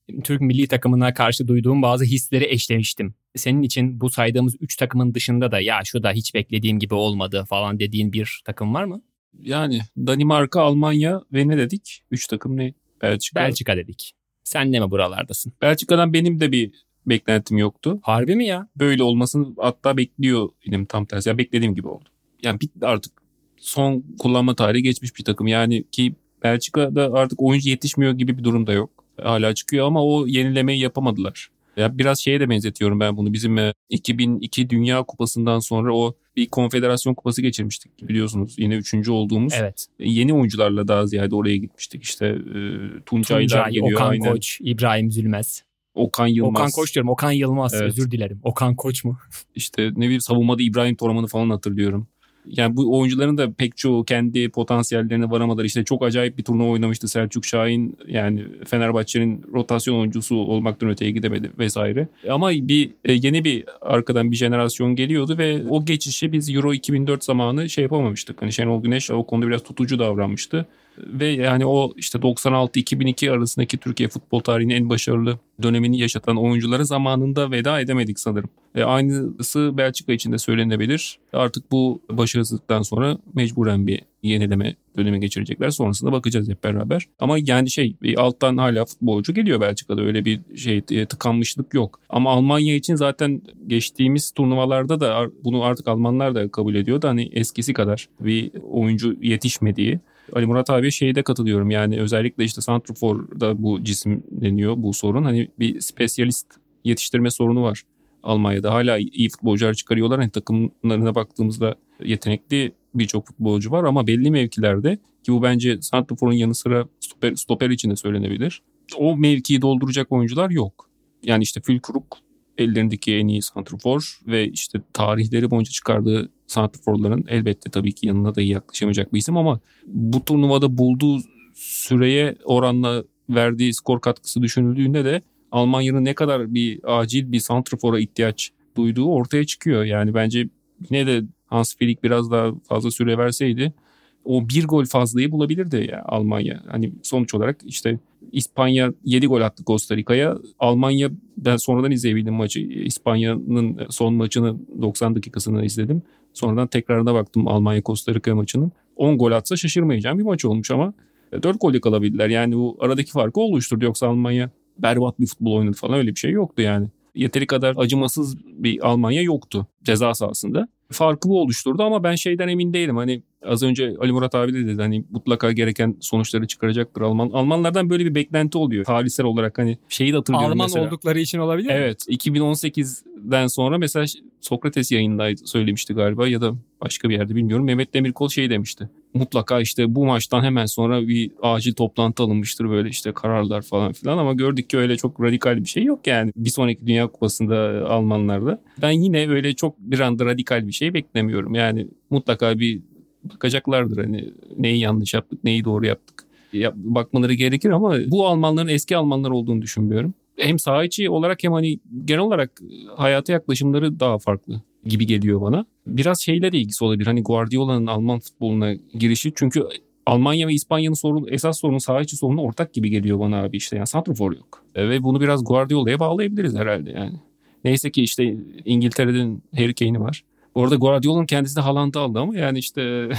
Türk milli takımına karşı duyduğum bazı hisleri eşlemiştim. Senin için bu saydığımız üç takımın dışında da ya şu da hiç beklediğim gibi olmadı falan dediğin bir takım var mı? Yani Danimarka, Almanya ve ne dedik? Üç takım ne? Belçika. Belçika dedik. Sen de mi buralardasın? Belçika'dan benim de bir beklentim yoktu. Harbi mi ya? Böyle olmasını hatta bekliyor idim tam tersi. Yani beklediğim gibi oldu. Yani bitti artık. Son kullanma tarihi geçmiş bir takım. Yani ki Belçika'da artık oyuncu yetişmiyor gibi bir durum da yok. Hala çıkıyor ama o yenilemeyi yapamadılar. Ya biraz şeye de benzetiyorum ben bunu. Bizim iki bin iki Dünya Kupası'ndan sonra o bir konfederasyon kupası geçirmiştik biliyorsunuz. Yine üçüncü olduğumuz. Evet. Yeni oyuncularla daha ziyade oraya gitmiştik. İşte e, Tuncaylar Tuncay, geliyor. Okan aynen. Koç, İbrahim Zülmez. Okan Yılmaz. Okan Koç diyorum. Okan Yılmaz. Evet. Özür dilerim. Okan Koç mu? İşte ne bileyim savunmada İbrahim Toraman'ı falan hatırlıyorum. Yani bu oyuncuların da pek çoğu kendi potansiyellerine varamadılar. İşte çok acayip bir turnuva oynamıştı Selçuk Şahin. Yani Fenerbahçe'nin rotasyon oyuncusu olmaktan öteye gidemedi vesaire. Ama bir yeni bir arkadan bir jenerasyon geliyordu ve o geçişi biz Euro iki bin dört zamanı şey yapamamıştık. Hani Şenol Güneş o konuda biraz tutucu davranmıştı. Ve yani o işte doksan altı iki bin iki arasındaki Türkiye futbol tarihinin en başarılı dönemini yaşatan oyunculara zamanında veda edemedik sanırım. Ve aynısı Belçika için de söylenebilir. Artık bu başarısızlıktan sonra mecburen bir yenileme dönemi geçirecekler. Sonrasında bakacağız hep beraber. Ama yani şey alttan hala futbolcu geliyor Belçika'da. Öyle bir şey tıkanmışlık yok. Ama Almanya için zaten geçtiğimiz turnuvalarda da bunu artık Almanlar da kabul ediyor da hani eskisi kadar bir oyuncu yetişmediği. Ali Murat abiye şeyde katılıyorum yani özellikle işte santrafor'da bu cisimleniyor bu sorun. Hani bir spesyalist yetiştirme sorunu var Almanya'da. Hala iyi futbolcular çıkarıyorlar. Hani takımlarına baktığımızda yetenekli birçok futbolcu var ama belli mevkilerde ki bu bence santrafor'un yanı sıra stoper, stoper için de söylenebilir. O mevkiyi dolduracak oyuncular yok. Yani işte Fülkrug ellerindeki en iyi santrafor ve işte tarihleri boyunca çıkardığı santraforların elbette tabii ki yanına da iyi yaklaşamayacak bir isim ama bu turnuvada bulduğu süreye oranla verdiği skor katkısı düşünüldüğünde de Almanya'nın ne kadar bir acil bir santrafora ihtiyaç duyduğu ortaya çıkıyor. Yani bence yine de Hans Flick biraz daha fazla süre verseydi o bir gol fazlayı bulabilirdi ya Almanya. Hani sonuç olarak işte İspanya yedi gol attı Costa Rica'ya. Almanya ben sonradan izleyebildim maçı. İspanya'nın son maçını doksan dakikasını izledim. Sonradan tekrarına baktım Almanya Costa Rica maçının. on gol atsa şaşırmayacağım bir maç olmuş ama dört golle kalabildiler. Yani bu aradaki farkı oluşturdu. Yoksa Almanya berbat bir futbol oynadı falan öyle bir şey yoktu yani. Yeteri kadar acımasız bir Almanya yoktu ceza sahasında. Farkı bu oluşturdu ama ben şeyden emin değilim. Hani az önce Ali Murat abi de dedi hani mutlaka gereken sonuçları çıkaracaktır Alman. Almanlardan böyle bir beklenti oluyor. Tarihsel olarak hani şeyi de hatırlıyorum Alman mesela. oldukları için olabilir mi? Evet. iki bin on sekizden sonra mesela Sokrates yayında söylemişti galiba ya da başka bir yerde bilmiyorum. Mehmet Demirkol şey demişti. Mutlaka işte bu maçtan hemen sonra bir acil toplantı alınmıştır böyle işte kararlar falan filan ama gördük ki öyle çok radikal bir şey yok yani. Bir sonraki Dünya Kupası'nda Almanlarda. Ben yine öyle çok bir anda radikal bir şey beklemiyorum. Yani mutlaka bir bakacaklardır hani neyi yanlış yaptık, neyi doğru yaptık. Yap, bakmaları gerekir ama bu Almanların eski Almanlar olduğunu düşünmüyorum. Hem saha içi olarak hem hani genel olarak hayata yaklaşımları daha farklı gibi geliyor bana. Biraz şeyle de ilgisi olabilir. Hani Guardiola'nın Alman futboluna girişi çünkü Almanya ve İspanya'nın sorun, esas sorunu saha içi sorunu ortak gibi geliyor bana abi işte. Yani santrafor yok. Ve bunu biraz Guardiola'ya bağlayabiliriz herhalde yani. Neyse ki işte İngiltere'den Harry Kane'i var. Bu arada Guardiola'nın kendisi de Haaland'ı aldı ama yani işte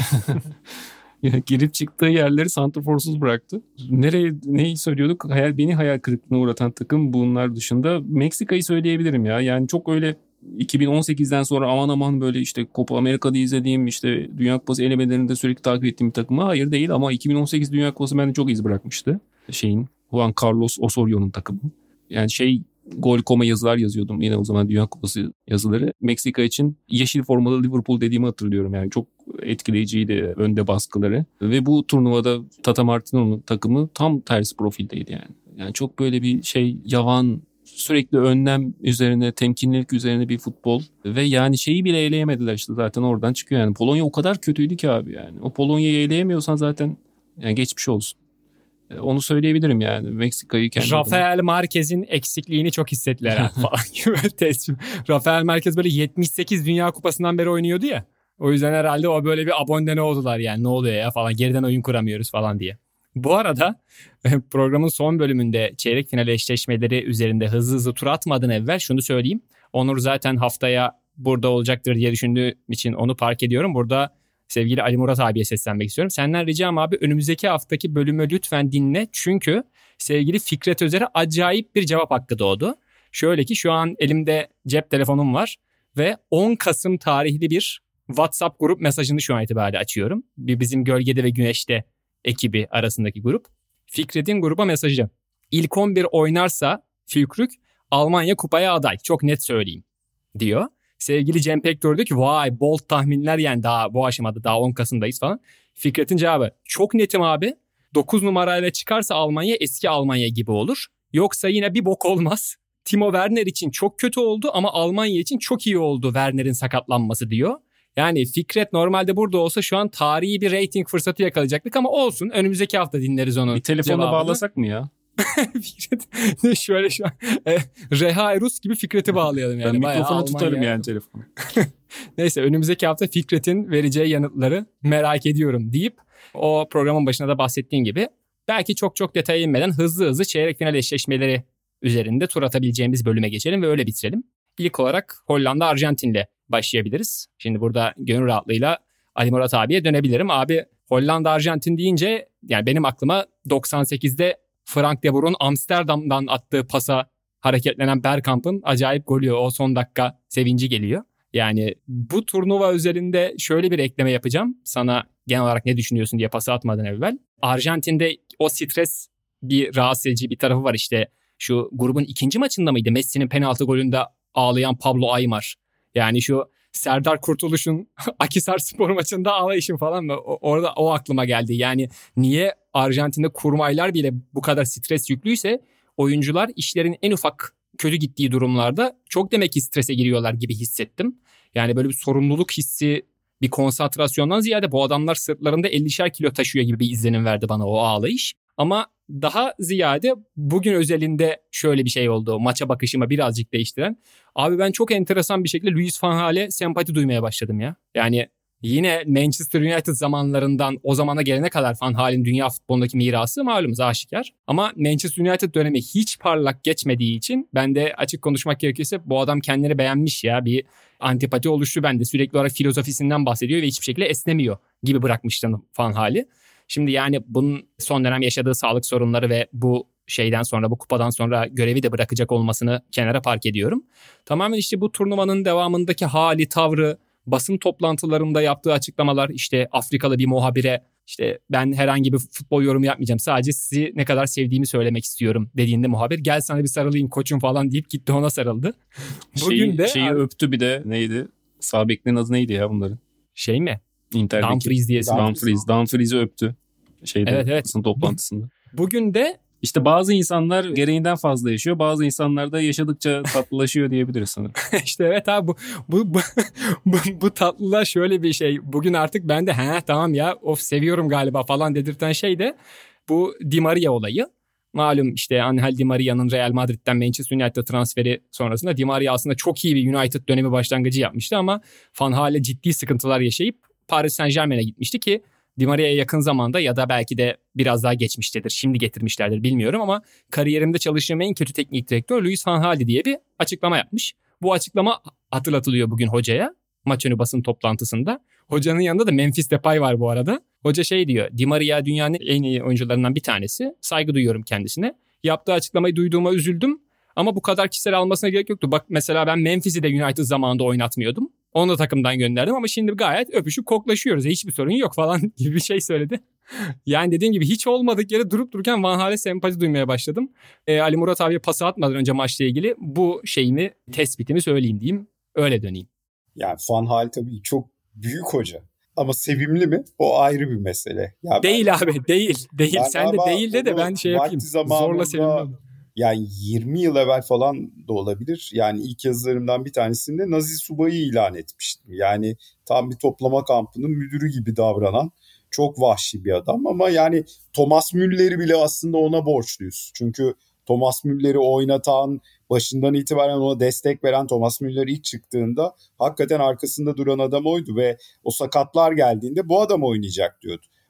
girip çıktığı yerleri santraforsuz bıraktı. Nereye neyi söylüyorduk? Hayal beni hayal kırıklığına uğratan takım bunlar dışında Meksika'yı söyleyebilirim ya. Yani çok öyle iki bin on sekizden sonra aman aman böyle işte Copa Amerika'da izlediğim işte Dünya Kupası elemelerinde sürekli takip ettiğim bir takımı hayır değil ama iki bin on sekiz Dünya Kupası bende çok iz bırakmıştı. Şeyin Juan Carlos Osorio'nun takımı. Yani şey gol nokta com'a yazılar yazıyordum yine o zaman Dünya Kupası yazıları. Meksika için yeşil formalı Liverpool dediğimi hatırlıyorum. Yani çok etkileyiciydi önde baskıları. Ve bu turnuvada Tata Martino'nun takımı tam tersi profildeydi yani. Yani çok böyle bir şey yavan sürekli önlem üzerine, temkinlilik üzerine bir futbol ve yani şeyi bile eleyemediler işte zaten oradan çıkıyor yani. Polonya o kadar kötüydü ki abi yani. O Polonya'yı eleyemiyorsan zaten yani geçmiş olsun. Onu söyleyebilirim yani. Meksika'yı kendi Rafael Márquez'in eksikliğini çok hissettiler falan gibi teslim. Rafael Márquez böyle yetmiş sekiz Dünya Kupası'ndan beri oynuyordu ya. O yüzden herhalde o böyle bir abone oldular yani ne oluyor ya falan geriden oyun kuramıyoruz falan diye. Bu arada programın son bölümünde çeyrek final eşleşmeleri üzerinde hızlı hızlı tur atmadan evvel şunu söyleyeyim. Onur zaten haftaya burada olacaktır diye düşündüğüm için onu park ediyorum. Burada sevgili Ali Murat abiye seslenmek istiyorum. Senden ricam abi önümüzdeki haftaki bölümü lütfen dinle. Çünkü sevgili Fikret Özer'e acayip bir cevap hakkı doğdu. Şöyle ki şu an elimde cep telefonum var ve on Kasım tarihli bir WhatsApp grup mesajını şu an itibariyle açıyorum. Bir bizim Gölgede ve Güneş'te ekibi arasındaki grup. Fikret'in gruba mesajı. İlk on bir oynarsa Fükrük Almanya kupaya aday. Çok net söyleyeyim diyor. Sevgili Cem Pektor diyor ki vay bold tahminler yani daha bu aşamada daha on Kasım'dayız falan. Fikret'in cevabı çok netim abi. dokuz numarayla çıkarsa Almanya eski Almanya gibi olur. Yoksa yine bir bok olmaz. Timo Werner için çok kötü oldu ama Almanya için çok iyi oldu Werner'in sakatlanması diyor. Yani Fikret normalde burada olsa şu an tarihi bir rating fırsatı yakalayacaktık ama olsun. Önümüzdeki hafta dinleriz onu. Bir telefonla bağlasak mı ya? Fikret şöyle şu an e, Reha Rus gibi Fikret'i bağlayalım yani. Ben mikrofonu tutarım yani telefonu. Neyse önümüzdeki hafta Fikret'in vereceği yanıtları merak ediyorum deyip o programın başında da bahsettiğim gibi belki çok çok detaya inmeden hızlı hızlı çeyrek final eşleşmeleri üzerinde tur atabileceğimiz bölüme geçelim ve öyle bitirelim. İlk olarak Hollanda Arjantin'le başlayabiliriz. Şimdi burada gönül rahatlığıyla Ali Murat abiye dönebilirim. Abi Hollanda Arjantin deyince yani benim aklıma doksan sekizde Frank de Boer'un Amsterdam'dan attığı pasa hareketlenen Bergkamp'ın acayip golü, o son dakika sevinci geliyor. Yani bu turnuva üzerinde şöyle bir ekleme yapacağım. Sana genel olarak ne düşünüyorsun diye pası atmadan evvel. Arjantin'de o stres bir rahatsız edici bir tarafı var işte. Şu grubun ikinci maçında mıydı? Messi'nin penaltı golünde ağlayan Pablo Aymar. Yani şu Serdar Kurtuluş'un Akhisarspor maçında ağlayışın falan mı? Orada o aklıma geldi. Yani niye Arjantin'de kurmaylar bile bu kadar stres yüklüyse oyuncular işlerin en ufak kötü gittiği durumlarda çok demek ki strese giriyorlar gibi hissettim. Yani böyle bir sorumluluk hissi, bir konsantrasyondan ziyade bu adamlar sırtlarında ellişer kilo taşıyor gibi bir izlenim verdi bana o ağlayış. Ama daha ziyade bugün özelinde şöyle bir şey oldu. Maça bakışıma birazcık değiştiren. Abi ben çok enteresan bir şekilde Luis van Gaal'e sempati duymaya başladım ya. Yani yine Manchester United zamanlarından o zamana gelene kadar Van Gaal'in dünya futbolundaki mirası malumuz aşikar. Ama Manchester United dönemi hiç parlak geçmediği için ben de açık konuşmak gerekirse bu adam kendini beğenmiş ya. Bir antipati oluştu bende. Sürekli olarak filozofisinden bahsediyor ve hiçbir şekilde esnemiyor gibi bırakmıştım Van Gaal'i. Şimdi yani bunun son dönem yaşadığı sağlık sorunları ve bu şeyden sonra, bu kupadan sonra görevi de bırakacak olmasını kenara park ediyorum. Tamamen işte bu turnuvanın devamındaki hali, tavrı, basın toplantılarında yaptığı açıklamalar, işte Afrikalı bir muhabire işte ben herhangi bir futbol yorumu yapmayacağım, sadece sizi ne kadar sevdiğimi söylemek istiyorum dediğinde muhabir gel sana bir sarılayım koçum falan deyip gitti ona sarıldı. Bugün şeyi, de şeyi abi, öptü bir de neydi? Sağ beklerin adı neydi ya bunların? Şey mi? Inter'deki. Dumfries diye. Dumfries. Dumfries'i öptü. Şeyde, evet evet. basın toplantısında. Bugün de İşte bazı insanlar gereğinden fazla yaşıyor. Bazı insanlar da yaşadıkça tatlılaşıyor diyebiliriz sanırım. İşte evet abi bu bu, bu, bu, bu tatlılığa şöyle bir şey. Bugün artık ben de he tamam ya of seviyorum galiba falan dedirten şey de bu Di Maria olayı. Malum işte Angel Di Maria'nın Real Madrid'den Manchester United'a transferi sonrasında Di Maria aslında çok iyi bir United dönemi başlangıcı yapmıştı ama Van Gaal'le ciddi sıkıntılar yaşayıp Paris Saint-Germain'e gitmişti ki Di Maria'ya yakın zamanda ya da belki de biraz daha geçmiştedir. Şimdi getirmişlerdir bilmiyorum ama kariyerimde çalıştığım en kötü teknik direktör Luis van Gaal diye bir açıklama yapmış. Bu açıklama hatırlatılıyor bugün hocaya maç önü basın toplantısında. Hocanın yanında da Memphis Depay var bu arada. Hoca şey diyor, Di Maria dünyanın en iyi oyuncularından bir tanesi. Saygı duyuyorum kendisine. Yaptığı açıklamayı duyduğuma üzüldüm ama bu kadar kişisel almasına gerek yoktu. Bak mesela ben Memphis'i de United zamanında oynatmıyordum. Onu da takımdan gönderdim ama şimdi gayet öpüşüp koklaşıyoruz. Hiçbir sorun yok falan gibi bir şey söyledi. Yani dediğim gibi hiç olmadık yere durup dururken Van Gaal'e sempati duymaya başladım. Ee, Ali Murat abiye pası atmadan önce maçla ilgili bu şeyimi, tespitimi söyleyeyim diyeyim. Öyle döneyim. Yani Van Gaal tabii çok büyük hoca. Ama sevimli mi? O ayrı bir mesele. Ya değil ben, abi değil. Değil. Sen de değil de de ben şey yapayım. Zorla sevimli. Yani yirmi yıl evvel falan da olabilir. Yani ilk yazılarımdan bir tanesinde Nazi subayı ilan etmiştim. Yani tam bir toplama kampının müdürü gibi davranan çok vahşi bir adam. Ama yani Thomas Müller'i bile aslında ona borçluyuz. Çünkü Thomas Müller'i oynatan, başından itibaren ona destek veren Thomas Müller ilk çıktığında hakikaten arkasında duran adam oydu ve o sakatlar geldiğinde bu adam oynayacak diyordu.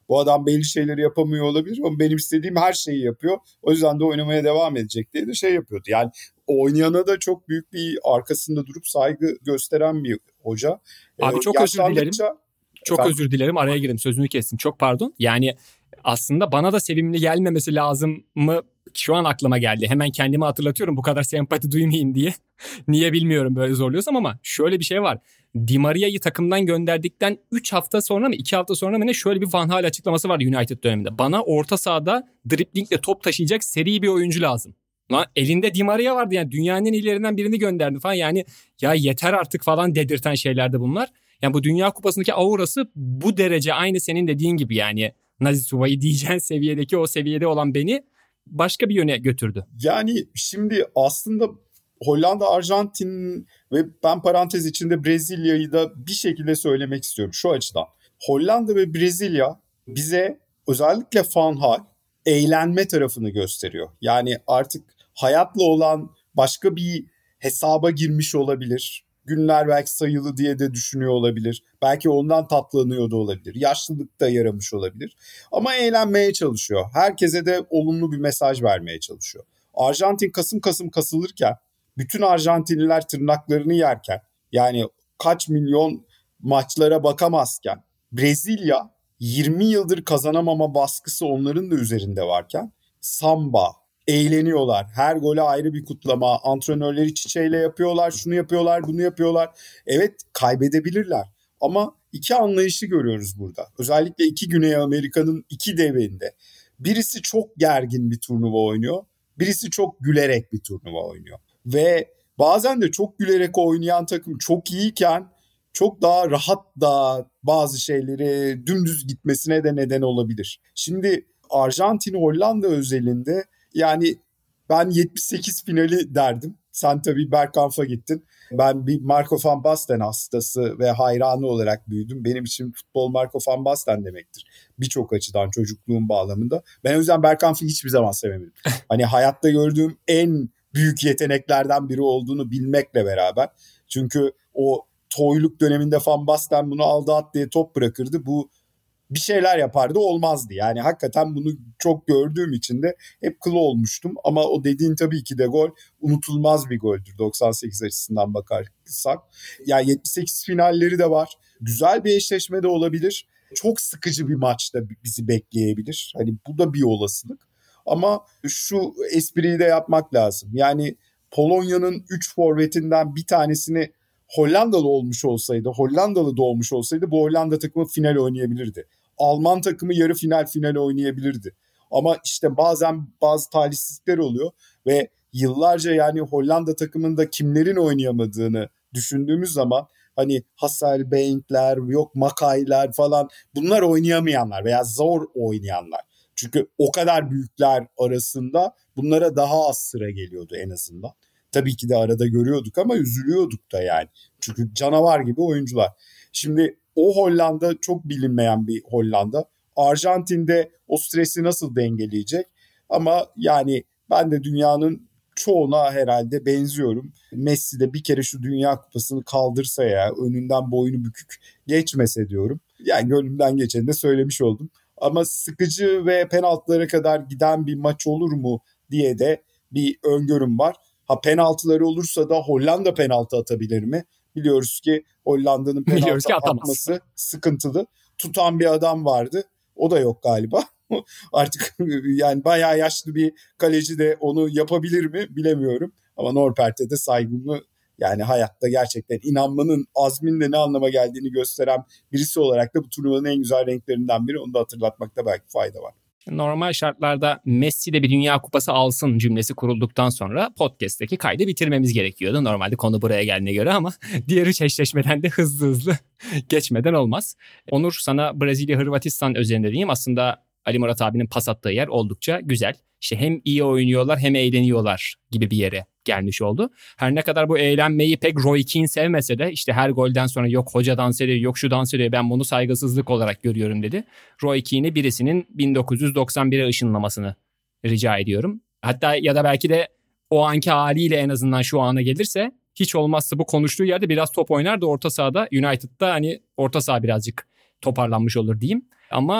Bu adam belli şeyleri yapamıyor olabilir ama benim istediğim her şeyi yapıyor. O yüzden de oynamaya devam edecek diye de şey yapıyordu. Yani oynayana da çok büyük bir arkasında durup saygı gösteren bir hoca. Abi Ee, çok özür dilerim. Çok Efendim? özür dilerim, araya girdim, sözünü kestim, çok pardon. Yani aslında bana da sevimli gelmemesi lazım mı şu an aklıma geldi. Hemen kendime hatırlatıyorum bu kadar sempati duymayayım diye. Niye bilmiyorum böyle zorluyorsam ama şöyle bir şey var. Di Maria'yı takımdan gönderdikten üç hafta sonra mı iki hafta sonra mı ne şöyle bir Van Gaal açıklaması vardı United döneminde. Bana orta sahada driblingle top taşıyacak seri bir oyuncu lazım. Lan elinde Di Maria vardı, yani dünyanın en iyilerinden birini gönderdi falan, yani ya yeter artık falan dedirten şeylerdi bunlar. Yani bu Dünya Kupası'ndaki aurası bu derece, aynı senin dediğin gibi yani Nazi subayı diyeceğin seviyedeki o seviyede olan beni başka bir yöne götürdü. Yani şimdi aslında Hollanda, Arjantin ve ben parantez içinde Brezilya'yı da bir şekilde söylemek istiyorum şu açıdan. Hollanda ve Brezilya bize özellikle Van Gaal eğlenme tarafını gösteriyor. Yani artık hayatla olan başka bir hesaba girmiş olabilir. Günler belki sayılı diye de düşünüyor olabilir. Belki ondan tatlanıyor da olabilir. Yaşlılık da yaramış olabilir. Ama eğlenmeye çalışıyor. Herkese de olumlu bir mesaj vermeye çalışıyor. Arjantin kasım kasım kasılırken, bütün Arjantinliler tırnaklarını yerken, yani kaç milyon maçlara bakamazken, Brezilya yirmi yıldır kazanamama baskısı onların da üzerinde varken samba, eğleniyorlar. Her gole ayrı bir kutlama, antrenörleri çiçeğiyle yapıyorlar, şunu yapıyorlar, bunu yapıyorlar. Evet, kaybedebilirler ama iki anlayışı görüyoruz burada. Özellikle iki Güney Amerika'nın iki devinde. Birisi çok gergin bir turnuva oynuyor, birisi çok gülerek bir turnuva oynuyor. Ve bazen de çok gülerek oynayan takım çok iyiyken çok daha rahat da bazı şeyleri dümdüz gitmesine de neden olabilir. Şimdi Arjantin Hollanda özelinde yani ben yetmiş sekiz finali derdim. Sen tabii Bergkamp'a gittin. Ben bir Marco van Basten hastası ve hayranı olarak büyüdüm. Benim için futbol Marco van Basten demektir. Birçok açıdan çocukluğum bağlamında. Ben o yüzden Bergkamp'ı hiçbir zaman sevemedim. Hani hayatta gördüğüm en büyük yeteneklerden biri olduğunu bilmekle beraber. Çünkü o toyluk döneminde Van Basten bunu aldı at diye top bırakırdı. Bu bir şeyler yapardı, olmazdı. Yani hakikaten bunu çok gördüğüm için de hep kıl olmuştum. Ama o dediğin tabii ki de gol unutulmaz bir goldür doksan sekiz açısından bakarsak. Yani yetmiş sekiz finalleri de var. Güzel bir eşleşme de olabilir. Çok sıkıcı bir maçta bizi bekleyebilir. Hani bu da bir olasılık. Ama şu espriyi de yapmak lazım. Yani Polonya'nın üç forvetinden bir tanesini Hollandalı olmuş olsaydı, Hollandalı doğmuş olsaydı bu Hollanda takımı final oynayabilirdi. Alman takımı yarı final final oynayabilirdi. Ama işte bazen bazı talihsizlikler oluyor ve yıllarca yani Hollanda takımında kimlerin oynayamadığını düşündüğümüz zaman hani Hasselbank'ler, yok Makay'lar falan, bunlar oynayamayanlar veya zor oynayanlar. Çünkü o kadar büyükler arasında bunlara daha az sıra geliyordu en azından. Tabii ki de arada görüyorduk ama üzülüyorduk da yani. Çünkü canavar gibi oyuncular. Şimdi o Hollanda çok bilinmeyen bir Hollanda. Arjantin'de o stresi nasıl dengeleyecek? Ama yani ben de dünyanın çoğuna herhalde benziyorum. Messi de bir kere şu Dünya Kupası'nı kaldırsa ya, önünden boynu bükük geçmese diyorum. Yani gönlümden geçeni de söylemiş oldum. Ama sıkıcı ve penaltılara kadar giden bir maç olur mu diye de bir öngörüm var. Ha, penaltıları olursa da Hollanda penaltı atabilir mi? Biliyoruz ki Hollanda'nın penaltı ki atması sıkıntılı. Tutan bir adam vardı. O da yok galiba. Artık yani bayağı yaşlı bir kaleci de onu yapabilir mi bilemiyorum. Ama Norpert'e de saygımı, yani hayatta gerçekten inanmanın, azmin de ne anlama geldiğini gösteren birisi olarak da bu turnuvanın en güzel renklerinden biri. Onu da hatırlatmakta belki fayda var. Normal şartlarda Messi de bir Dünya Kupası alsın cümlesi kurulduktan sonra podcast'teki kaydı bitirmemiz gerekiyordu. Normalde konu buraya geldiğine göre ama diğer üç eşleşmeden de hızlı hızlı geçmeden olmaz. Onur, sana Brezilya-Hırvatistan özelinde diyeyim. Aslında Ali Murat abinin pas attığı yer oldukça güzel. İşte hem iyi oynuyorlar hem eğleniyorlar gibi bir yere gelmiş oldu. Her ne kadar bu eğlenmeyi pek Roy Keane sevmese de işte her golden sonra yok hoca dans ediyor, yok şu dans ediyor, ben bunu saygısızlık olarak görüyorum dedi. Roy Keane'i birisinin bin dokuz yüz doksan bire ışınlamasını rica ediyorum. Hatta ya da belki de o anki haliyle en azından şu ana gelirse hiç olmazsa bu konuştuğu yerde biraz top oynar da orta sahada, United'da hani orta saha birazcık toparlanmış olur diyeyim. Ama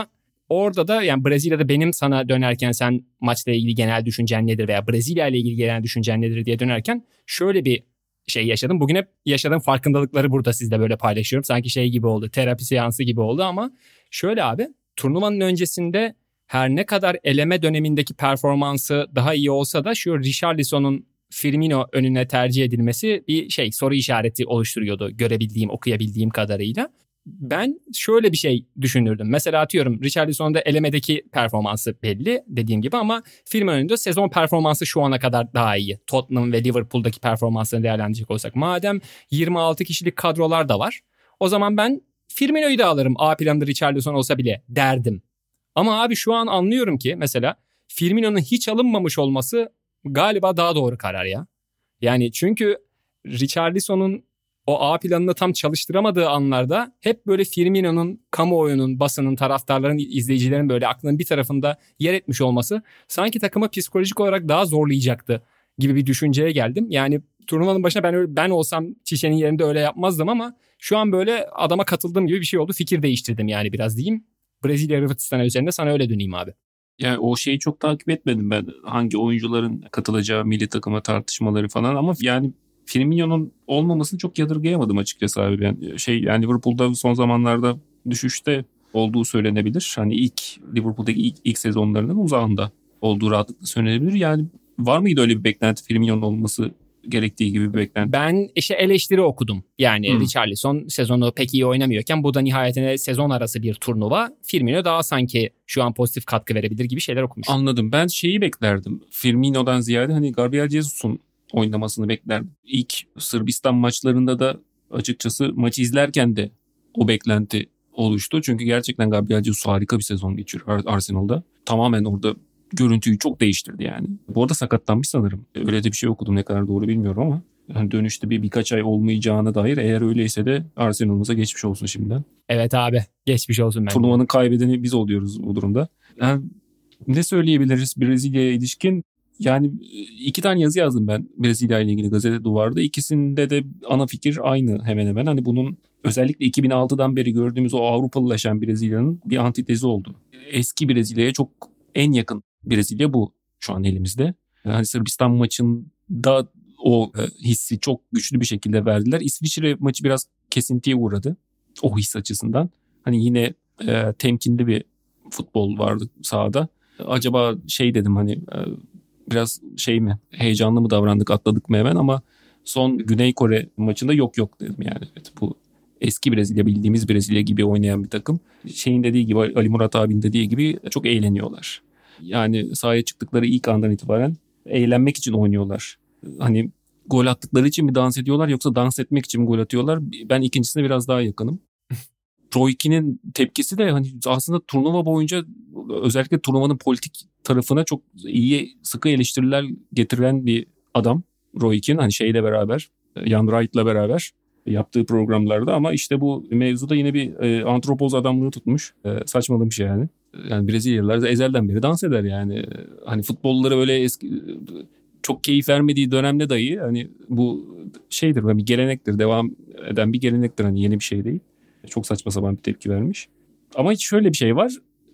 Orada da yani Brezilya'da benim sana dönerken sen maçla ilgili genel düşüncen nedir veya Brezilya ile ilgili genel düşüncen nedir diye dönerken şöyle bir şey yaşadım. Bugün hep yaşadığım farkındalıkları burada sizle böyle paylaşıyorum. Sanki şey gibi oldu, terapi seansı gibi oldu ama şöyle abi, turnuvanın öncesinde her ne kadar eleme dönemindeki performansı daha iyi olsa da şu Richarlison'un Firmino önüne tercih edilmesi bir şey soru işareti oluşturuyordu görebildiğim, okuyabildiğim kadarıyla. Ben şöyle bir şey düşünürdüm. Mesela atıyorum Richarlison'un da elemedeki performansı belli dediğim gibi ama Firmino'nun da sezon performansı şu ana kadar daha iyi. Tottenham ve Liverpool'daki performansını değerlendirecek olsak. Madem yirmi altı kişilik kadrolar da var, o zaman ben Firmino'yu da alırım. A planında Richarlison olsa bile derdim. Ama abi şu an anlıyorum ki mesela Firmino'nun hiç alınmamış olması galiba daha doğru karar ya. Yani çünkü Richarlison'un o A planını tam çalıştıramadığı anlarda hep böyle Firmino'nun kamuoyunun, basının, taraftarların, izleyicilerin böyle aklının bir tarafında yer etmiş olması sanki takımı psikolojik olarak daha zorlayacaktı gibi bir düşünceye geldim. Yani turnuvanın başına ben öyle, ben olsam Çişe'nin yerinde öyle yapmazdım ama şu an böyle adama katıldığım gibi bir şey oldu. Fikir değiştirdim yani biraz diyeyim. Brezilya Hırvatistan üzerinde sana öyle döneyim abi. Yani o şeyi çok takip etmedim ben. Hangi oyuncuların katılacağı milli takıma tartışmaları falan ama yani Firmino'nun olmamasını çok yadırgayamadım açıkçası abi. Yani şey yani Liverpool'da son zamanlarda düşüşte olduğu söylenebilir. Hani ilk Liverpool'daki ilk, ilk sezonlarının uzağında olduğu rahatlıkla söylenebilir. Yani var mıydı öyle bir beklenti Firmino'nun olması gerektiği gibi bir beklenti? Ben işte eleştiri okudum. Yani hmm. Richarlison sezonu pek iyi oynamıyorken bu da nihayetinde sezon arası bir turnuva. Firmino daha sanki şu an pozitif katkı verebilir gibi şeyler okumuş. Anladım. Ben şeyi beklerdim. Firmino'dan ziyade hani Gabriel Jesus'un oynamasını beklerdim. İlk Sırbistan maçlarında da açıkçası maçı izlerken de o beklenti oluştu. Çünkü gerçekten Gabriel Jesus harika bir sezon geçiriyor Arsenal'da. Tamamen orada görüntüyü çok değiştirdi yani. Bu arada sakatlanmış sanırım. Öyle de bir şey okudum, ne kadar doğru bilmiyorum ama yani dönüşte bir birkaç ay olmayacağına dair, eğer öyleyse de Arsenal'ımıza geçmiş olsun şimdiden. Evet abi, geçmiş olsun bence. Turnuvanın kaybedeni biz oluyoruz bu durumda. Yani ne söyleyebiliriz Brezilya'ya ilişkin? Yani iki tane yazı yazdım ben Brezilya ile ilgili Gazete Duvar'da. İkisinde de ana fikir aynı hemen hemen. Hani bunun özellikle iki bin altıdan beri gördüğümüz o Avrupalılaşan Brezilya'nın bir antitezi oldu. Eski Brezilya'ya çok en yakın Brezilya bu şu an elimizde. Yani Sırbistan maçında o hissi çok güçlü bir şekilde verdiler. İsviçre maçı biraz kesintiye uğradı o his açısından. Hani yine e, temkinli bir futbol vardı sahada. Acaba şey dedim hani e, biraz şey mi, heyecanlı mı davrandık, atladık mı hemen, ama son Güney Kore maçında yok yok dedim yani. Evet, bu eski Brezilya, bildiğimiz Brezilya gibi oynayan bir takım. Şeyin dediği gibi, Ali Murat abinin dediği gibi çok eğleniyorlar. Yani sahaya çıktıkları ilk andan itibaren eğlenmek için oynuyorlar. Hani gol attıkları için mi dans ediyorlar yoksa dans etmek için mi gol atıyorlar? Ben ikincisine biraz daha yakınım. Roy Keane'in tepkisi de hani aslında turnuva boyunca özellikle turnuvanın politik tarafına çok iyi, sıkı eleştiriler getiren bir adam. Roy Keane hani şeyle beraber, Ian Wright'la beraber yaptığı programlarda, ama işte bu mevzuda yine bir e, antropoz adamlığı tutmuş. E, saçmalamış yani. Yani Brezilyalılar da ezelden beri dans eder yani. Hani futbolları böyle eski, çok keyif vermediği dönemde dahi hani bu şeydir, bir gelenektir, devam eden bir gelenektir, hani yeni bir şey değil. Çok saçma sapan bir tepki vermiş. Ama hiç şöyle bir şey var.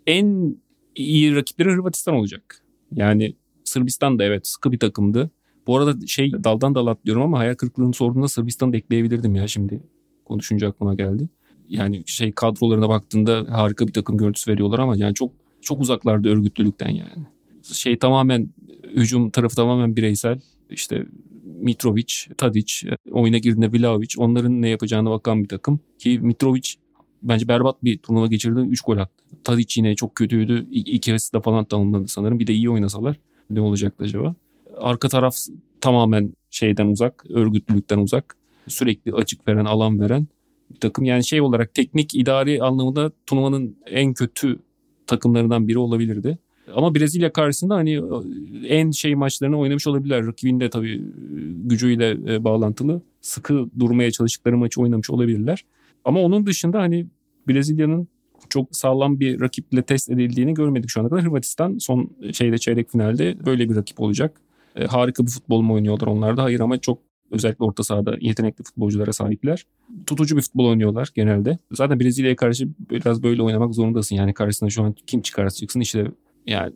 En iyi rakipleri Hırvatistan olacak. Yani Sırbistan da evet sıkı bir takımdı. Bu arada şey, daldan dala atlıyorum ama hayal kırıklığının sorduğunda Sırbistan'ı da ekleyebilirdim ya, şimdi konuşunca aklıma geldi. Yani şey, kadrolarına baktığında harika bir takım görüntüsü veriyorlar ama yani çok çok uzaklarda örgütlülükten yani. Şey tamamen, hücum tarafı tamamen bireysel. İşte Mitrovic, Tadic, oyuna girdiğinde Vlahovic, onların ne yapacağına bakan bir takım. Ki Mitrovic bence berbat bir turnuva geçirdi. üç gol attı. Tadic yine çok kötüydü. İki asistle falan tamamladı sanırım. Bir de iyi oynasalar ne olacaktı acaba? Arka taraf tamamen şeyden uzak, örgütlülükten uzak. Sürekli açık veren, alan veren bir takım. Yani şey olarak, teknik, idari anlamında turnuvanın en kötü takımlarından biri olabilirdi. Ama Brezilya karşısında hani en şey maçlarını oynamış olabilirler. Rakibin de tabii gücüyle bağlantılı. Sıkı durmaya çalıştıkları maçı oynamış olabilirler. Ama onun dışında hani Brezilya'nın çok sağlam bir rakiple test edildiğini görmedik şu ana kadar. Hırvatistan son şeyde, çeyrek finalde böyle bir rakip olacak. E, harika bir futbol mu oynuyorlar onlar da? Hayır, ama çok Özellikle orta sahada yetenekli futbolculara sahipler. Tutucu bir futbol oynuyorlar genelde. Zaten Brezilya'ya karşı biraz böyle oynamak zorundasın. Yani karşısına şu an kim çıkarsa çıksın işte yani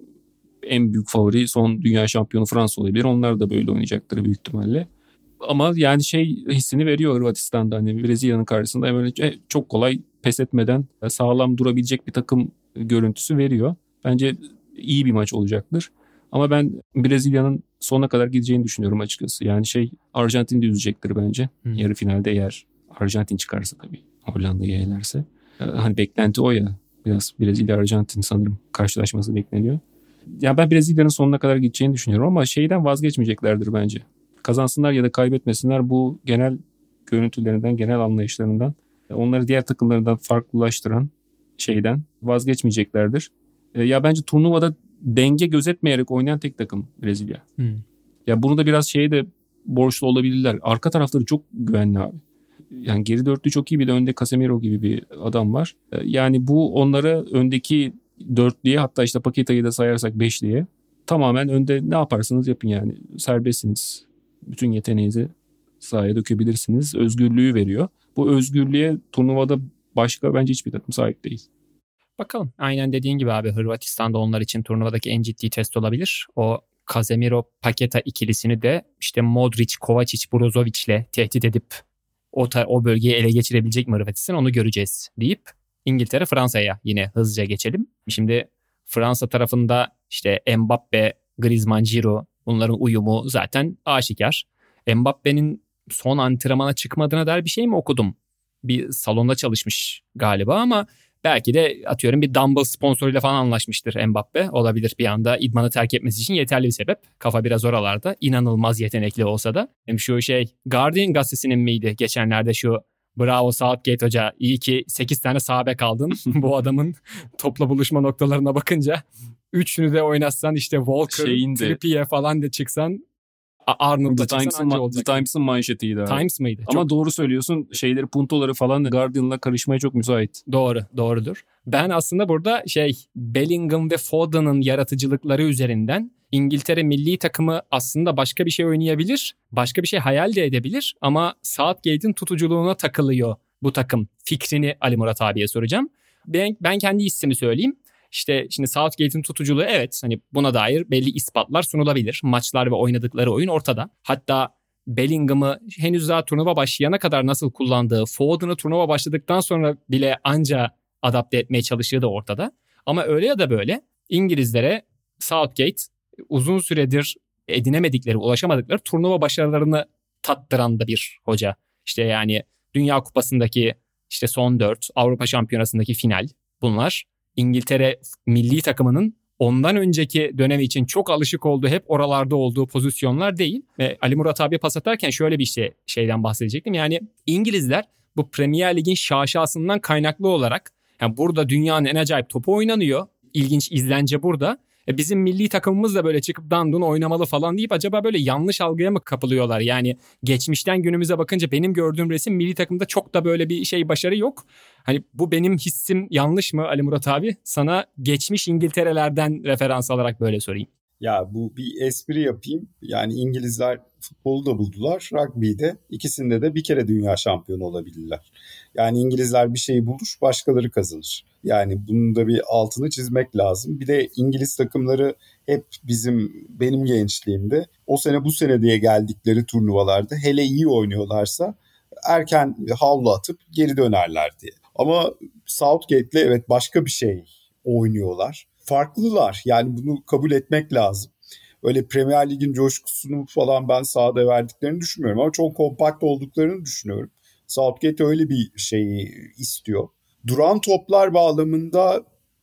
en büyük favori son dünya şampiyonu Fransa olabilir. Onlar da böyle oynayacaktır büyük ihtimalle. Ama yani şey hissini veriyor Hırvatistan'da. Hani Brezilya'nın karşısında hemen çok kolay pes etmeden sağlam durabilecek bir takım görüntüsü veriyor. Bence iyi bir maç olacaktır. Ama ben Brezilya'nın sonuna kadar gideceğini düşünüyorum açıkçası. Yani şey Arjantin de üzecektir bence. Hmm. Yarı finalde eğer Arjantin çıkarsa tabii. Hollanda'yı yenerse. Hani beklenti o ya. Biraz Brezilya-Arjantin sanırım karşılaşması bekleniyor. Ya ben Brezilya'nın sonuna kadar gideceğini düşünüyorum ama şeyden vazgeçmeyeceklerdir bence. Kazansınlar ya da kaybetmesinler bu genel görüntülerinden, genel anlayışlarından, onları diğer takımlarından farklılaştıran şeyden vazgeçmeyeceklerdir. Ya bence turnuvada denge gözetmeyerek oynayan tek takım Brezilya. Hmm. Ya bunu da biraz şeye de borçlu olabilirler. Arka tarafları çok güvenli abi. Yani geri dörtlü çok iyi, bir de önde Casemiro gibi bir adam var. Yani bu onlara öndeki dörtlüye, hatta işte Paqueta'yı da sayarsak beşliye, tamamen önde ne yaparsanız yapın yani. Serbestsiniz. Bütün yeteneğinizi sahaya dökebilirsiniz. Özgürlüğü veriyor. Bu özgürlüğe turnuvada başka bence hiçbir takım sahip değil. Bakalım. Aynen dediğin gibi abi, Hırvatistan'da onlar için turnuvadaki en ciddi test olabilir. O Casemiro Paqueta ikilisini de işte Modric, Kovacic, Brozovic'le tehdit edip o, tar- o bölgeyi ele geçirebilecek mi Hırvatistan, onu göreceğiz deyip İngiltere Fransa'ya yine hızlıca geçelim. Şimdi Fransa tarafında işte Mbappe, Griezmann, Giroud, bunların uyumu zaten aşikar. Mbappe'nin son antrenmana çıkmadığına dair bir şey mi okudum? Bir salonda çalışmış galiba ama belki de atıyorum bir dumbbell sponsoruyla falan anlaşmıştır Mbappe. Olabilir, bir anda idmanı terk etmesi için yeterli bir sebep. Kafa biraz oralarda. İnanılmaz yetenekli olsa da. Hem şu şey Guardian gazetesinin miydi geçenlerde şu bravo Southgate hoca, iyi ki sekiz tane sağ bek aldın. Bu adamın topla buluşma noktalarına bakınca üçünü de oynatsan işte Walker, Trippier falan da çıksan Arnold'da çıksan anca olacak. The Times'ın manşetiydi abi. Times mıydı? Ama çok... doğru söylüyorsun. Şeyleri, puntoları falan Guardian'la karışmaya çok müsait. Doğru, doğrudur. Ben aslında burada şey Bellingham ve Foden'ın yaratıcılıkları üzerinden İngiltere milli takımı aslında başka bir şey oynayabilir. Başka bir şey hayal de edebilir. Ama Southgate'in tutuculuğuna takılıyor bu takım fikrini Ali Murat abiye soracağım. Ben, ben kendi hissimi söyleyeyim. İşte şimdi Southgate'in tutuculuğu, evet hani buna dair belli ispatlar sunulabilir. Maçlar ve oynadıkları oyun ortada. Hatta Bellingham'ı henüz daha turnuva başlayana kadar nasıl kullandığı, Foden'ı turnuva başladıktan sonra bile anca adapte etmeye çalıştığı da ortada. Ama öyle ya da böyle İngilizlere Southgate uzun süredir edinemedikleri, ulaşamadıkları turnuva başarılarını tattıran da bir hoca. İşte yani Dünya Kupası'ndaki işte son dört, Avrupa Şampiyonası'ndaki final, bunlar İngiltere milli takımının ondan önceki dönemi için çok alışık olduğu, hep oralarda olduğu pozisyonlar değil. Ve Ali Murat abiye pas atarken şöyle bir şey, şeyden bahsedecektim. Yani İngilizler bu Premier Lig'in şaşasından kaynaklı olarak, yani burada dünyanın en acayip topu oynanıyor. İlginç izlence burada. E bizim milli takımımız da böyle çıkıp dandun oynamalı falan deyip acaba böyle yanlış algıya mı kapılıyorlar? Yani geçmişten günümüze bakınca benim gördüğüm resim, milli takımda çok da böyle bir şey, başarı yok. Hani bu benim hissim yanlış mı Ali Murat abi? Sana geçmiş İngiltere'lerden referans alarak böyle sorayım. Ya bu bir espri yapayım. Yani İngilizler futbolu da buldular, rugby'yi de. İkisinde de bir kere dünya şampiyonu olabilirler. Yani İngilizler bir şeyi bulur, başkaları kazanır. Yani bunun da bir altını çizmek lazım. Bir de İngiliz takımları hep bizim, benim gençliğimde o sene bu sene diye geldikleri turnuvalarda hele iyi oynuyorlarsa erken havlu atıp geri dönerler diye. Ama Southgate'le evet başka bir şey oynuyorlar. Farklılar, yani bunu kabul etmek lazım. Öyle Premier Lig'in coşkusunu falan ben sahada verdiklerini düşünmüyorum ama çok kompakt olduklarını düşünüyorum. Southgate öyle bir şey istiyor. Duran toplar bağlamında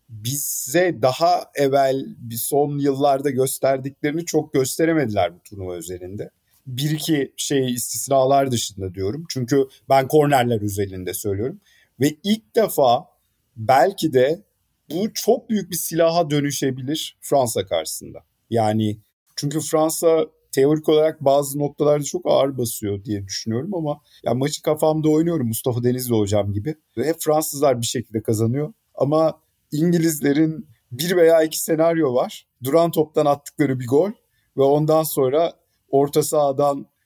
bize daha evvel bir son yıllarda gösterdiklerini çok gösteremediler bu turnuva üzerinde. Bir iki şey istisnalar dışında diyorum. Çünkü ben kornerler özelinde söylüyorum. Ve ilk defa belki de bu çok büyük bir silaha dönüşebilir Fransa karşısında. Yani çünkü Fransa teorik olarak bazı noktalarda çok ağır basıyor diye düşünüyorum ama ya maçı kafamda oynuyorum Mustafa Denizli hocam gibi. Ve hep Fransızlar bir şekilde kazanıyor. Ama İngilizlerin bir veya iki senaryo var. Duran toptan attıkları bir gol ve ondan sonra orta sahadan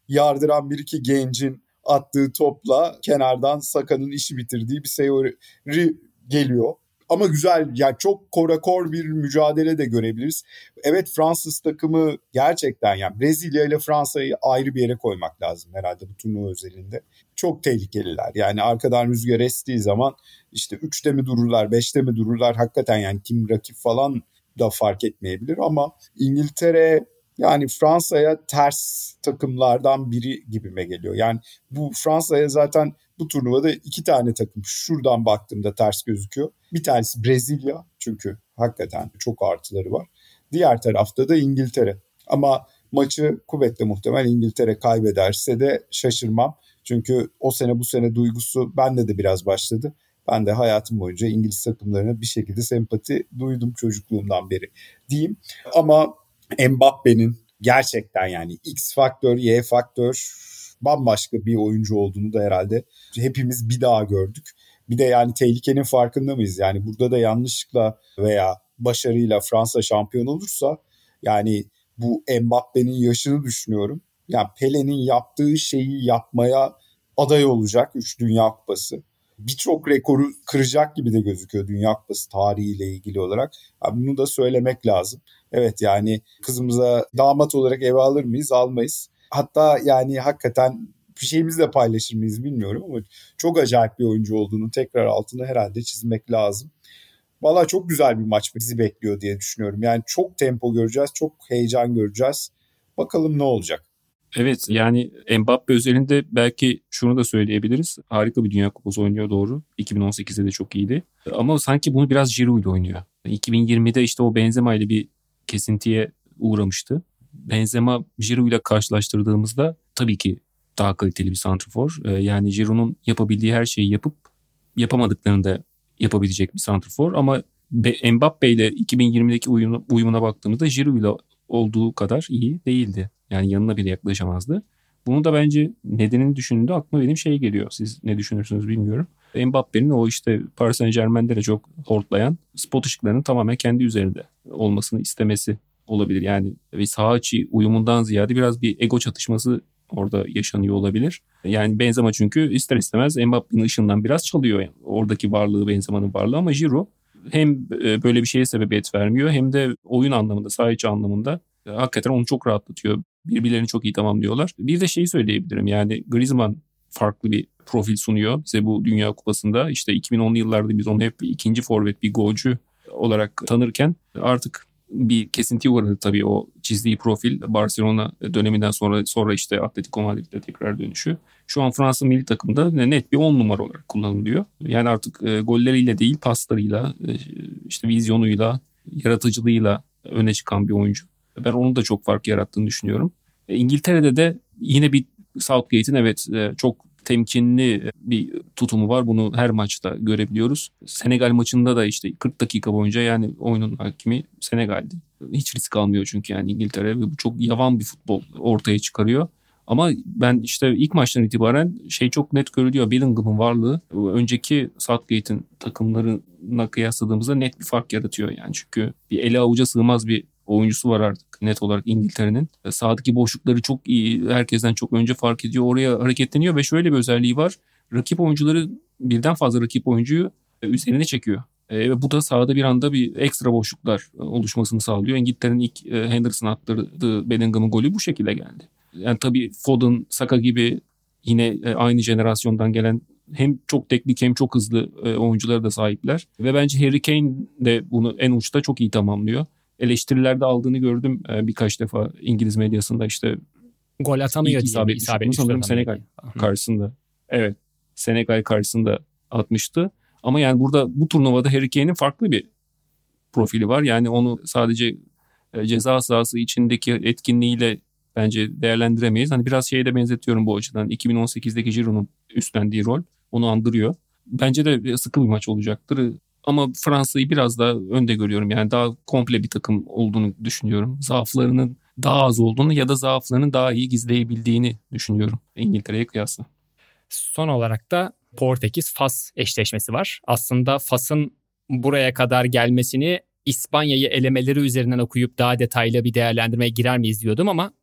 yardıran bir iki gencin attığı topla kenardan Saka'nın işi bitirdiği bir seyori geliyor. Ama güzel, yani çok korakor bir mücadele de görebiliriz. Evet, Fransız takımı gerçekten, yani Brezilya ile Fransa'yı ayrı bir yere koymak lazım herhalde bu turnuva özelinde. Çok tehlikeliler. Yani arkadan rüzgar estiği zaman işte üçte mi dururlar, beşte mi dururlar, hakikaten yani kim rakip falan da fark etmeyebilir. Ama İngiltere yani Fransa'ya ters takımlardan biri gibime geliyor. Yani bu Fransa'ya zaten bu turnuvada iki tane takım şuradan baktığımda ters gözüküyor. Bir tanesi Brezilya, çünkü hakikaten çok artıları var. Diğer tarafta da İngiltere. Ama maçı kuvvetle muhtemel İngiltere kaybederse de şaşırmam. Çünkü o sene bu sene duygusu bende de biraz başladı. Ben de hayatım boyunca İngiliz takımlarına bir şekilde sempati duydum çocukluğumdan beri diyeyim. Ama Mbappe'nin gerçekten yani X faktör, Y faktör, bambaşka bir oyuncu olduğunu da herhalde hepimiz bir daha gördük. Bir de yani tehlikenin farkında mıyız? Yani burada da yanlışlıkla veya başarıyla Fransa şampiyon olursa, yani bu Mbappe'nin yaşını düşünüyorum. Yani Pelé'nin yaptığı şeyi yapmaya aday olacak üç Dünya Kupası. Birçok rekoru kıracak gibi de gözüküyor Dünya Kupası tarihiyle ilgili olarak. Yani bunu da söylemek lazım. Evet, yani kızımıza damat olarak eve alır mıyız? Almayız. Hatta yani hakikaten bir şeyimizi de paylaşır mıyız bilmiyorum ama çok acayip bir oyuncu olduğunu tekrar altını herhalde çizmek lazım. Vallahi çok güzel bir maç bizi bekliyor diye düşünüyorum. Yani çok tempo göreceğiz, çok heyecan göreceğiz. Bakalım ne olacak? Evet, yani Mbappe özelinde belki şunu da söyleyebiliriz. Harika bir Dünya Kupası oynuyor, doğru. iki bin on sekizde de çok iyiydi. Ama sanki bunu biraz Giroud ile oynuyor. iki bin yirmide işte o Benzema ile bir kesintiye uğramıştı. Benzema Giroud ile karşılaştırdığımızda tabii ki daha kaliteli bir santrafor. Yani Giroud'un yapabildiği her şeyi yapıp yapamadıklarını da yapabilecek bir santrafor. Ama Mbappe ile iki bin yirmideki uyumuna, uyumuna baktığımızda Giroud ile olduğu kadar iyi değildi. Yani yanına bile yaklaşamazdı. Bunu da bence nedenini düşündüğümde aklıma benim şey geliyor. Siz ne düşünürsünüz bilmiyorum. Mbappe'nin o işte Paris Saint-Germain'de de çok hortlayan spot ışıklarının tamamen kendi üzerinde olmasını istemesi olabilir. Yani bir saha içi uyumundan ziyade biraz bir ego çatışması orada yaşanıyor olabilir. Yani Benzema çünkü ister istemez Mbappe'nin ışığından biraz çalıyor. Yani oradaki varlığı, Benzema'nın varlığı, ama Giroud hem böyle bir şeye sebebiyet vermiyor hem de oyun anlamında, saha içi anlamında hakikaten onu çok rahatlatıyor. Birbirlerini çok iyi tamamlıyorlar. Bir de şeyi söyleyebilirim, yani Griezmann farklı bir profil sunuyor bize bu Dünya Kupası'nda. İşte iki bin onlu yıllarda biz onu hep bir ikinci forvet, bir golcü olarak tanırken artık bir kesintiye uğradı tabii o çizdiği profil. Barcelona döneminden sonra sonra işte Atletico Madrid'de tekrar dönüşü. Şu an Fransa milli takımda net bir on numara olarak kullanılıyor. Yani artık e, golleriyle değil, paslarıyla, e, işte vizyonuyla, yaratıcılığıyla öne çıkan bir oyuncu. Ben onun da çok fark yarattığını düşünüyorum. E, İngiltere'de de yine bir Southgate'in evet e, çok temkinli bir tutumu var. Bunu her maçta görebiliyoruz. Senegal maçında da işte kırk dakika boyunca yani oyunun hakimi Senegal'di. Hiç risk almıyor çünkü yani İngiltere ve bu çok yavan bir futbol ortaya çıkarıyor. Ama ben işte ilk maçtan itibaren şey çok net görülüyor. Bellingham'ın varlığı önceki Southgate'in takımlarına kıyasladığımızda net bir fark yaratıyor. Yani çünkü bir ele avuca sığmaz bir oyuncusu var artık net olarak İngiltere'nin. Sahadaki boşlukları çok iyi, herkesten çok önce fark ediyor. Oraya hareketleniyor ve şöyle bir özelliği var. Rakip oyuncuları, birden fazla rakip oyuncuyu üzerine çekiyor. Ve bu da sahada bir anda bir ekstra boşluklar oluşmasını sağlıyor. İngiltere'nin ilk Henderson attırdığı Bellingham'ın golü bu şekilde geldi. Yani tabii Foden, Saka gibi yine aynı jenerasyondan gelen hem çok teknik hem çok hızlı oyunculara da sahipler. Ve bence Harry Kane de bunu en uçta çok iyi tamamlıyor. Eleştirilerde aldığını gördüm birkaç defa İngiliz medyasında, işte gol atamıyor diye bir isabetli sanırım Senegal karşısında. Evet, Senegal karşısında atmıştı. Ama yani burada bu turnuvada Harry Kane'in farklı bir profili var. Yani onu sadece ceza sahası içindeki etkinliğiyle bence değerlendiremeyiz. Hani biraz şeye de benzetiyorum bu açıdan. iki bin on sekizdeki Giroud'un üstlendiği rol onu andırıyor. Bence de sıkı bir maç olacaktır. Ama Fransa'yı biraz daha önde görüyorum. Yani daha komple bir takım olduğunu düşünüyorum. Zaaflarının daha az olduğunu ya da zaaflarının daha iyi gizleyebildiğini düşünüyorum İngiltere'ye kıyasla. Son olarak da Portekiz-Fas eşleşmesi var. Aslında Fas'ın buraya kadar gelmesini İspanya'yı elemeleri üzerinden okuyup daha detaylı bir değerlendirmeye girer miyiz diyordum ama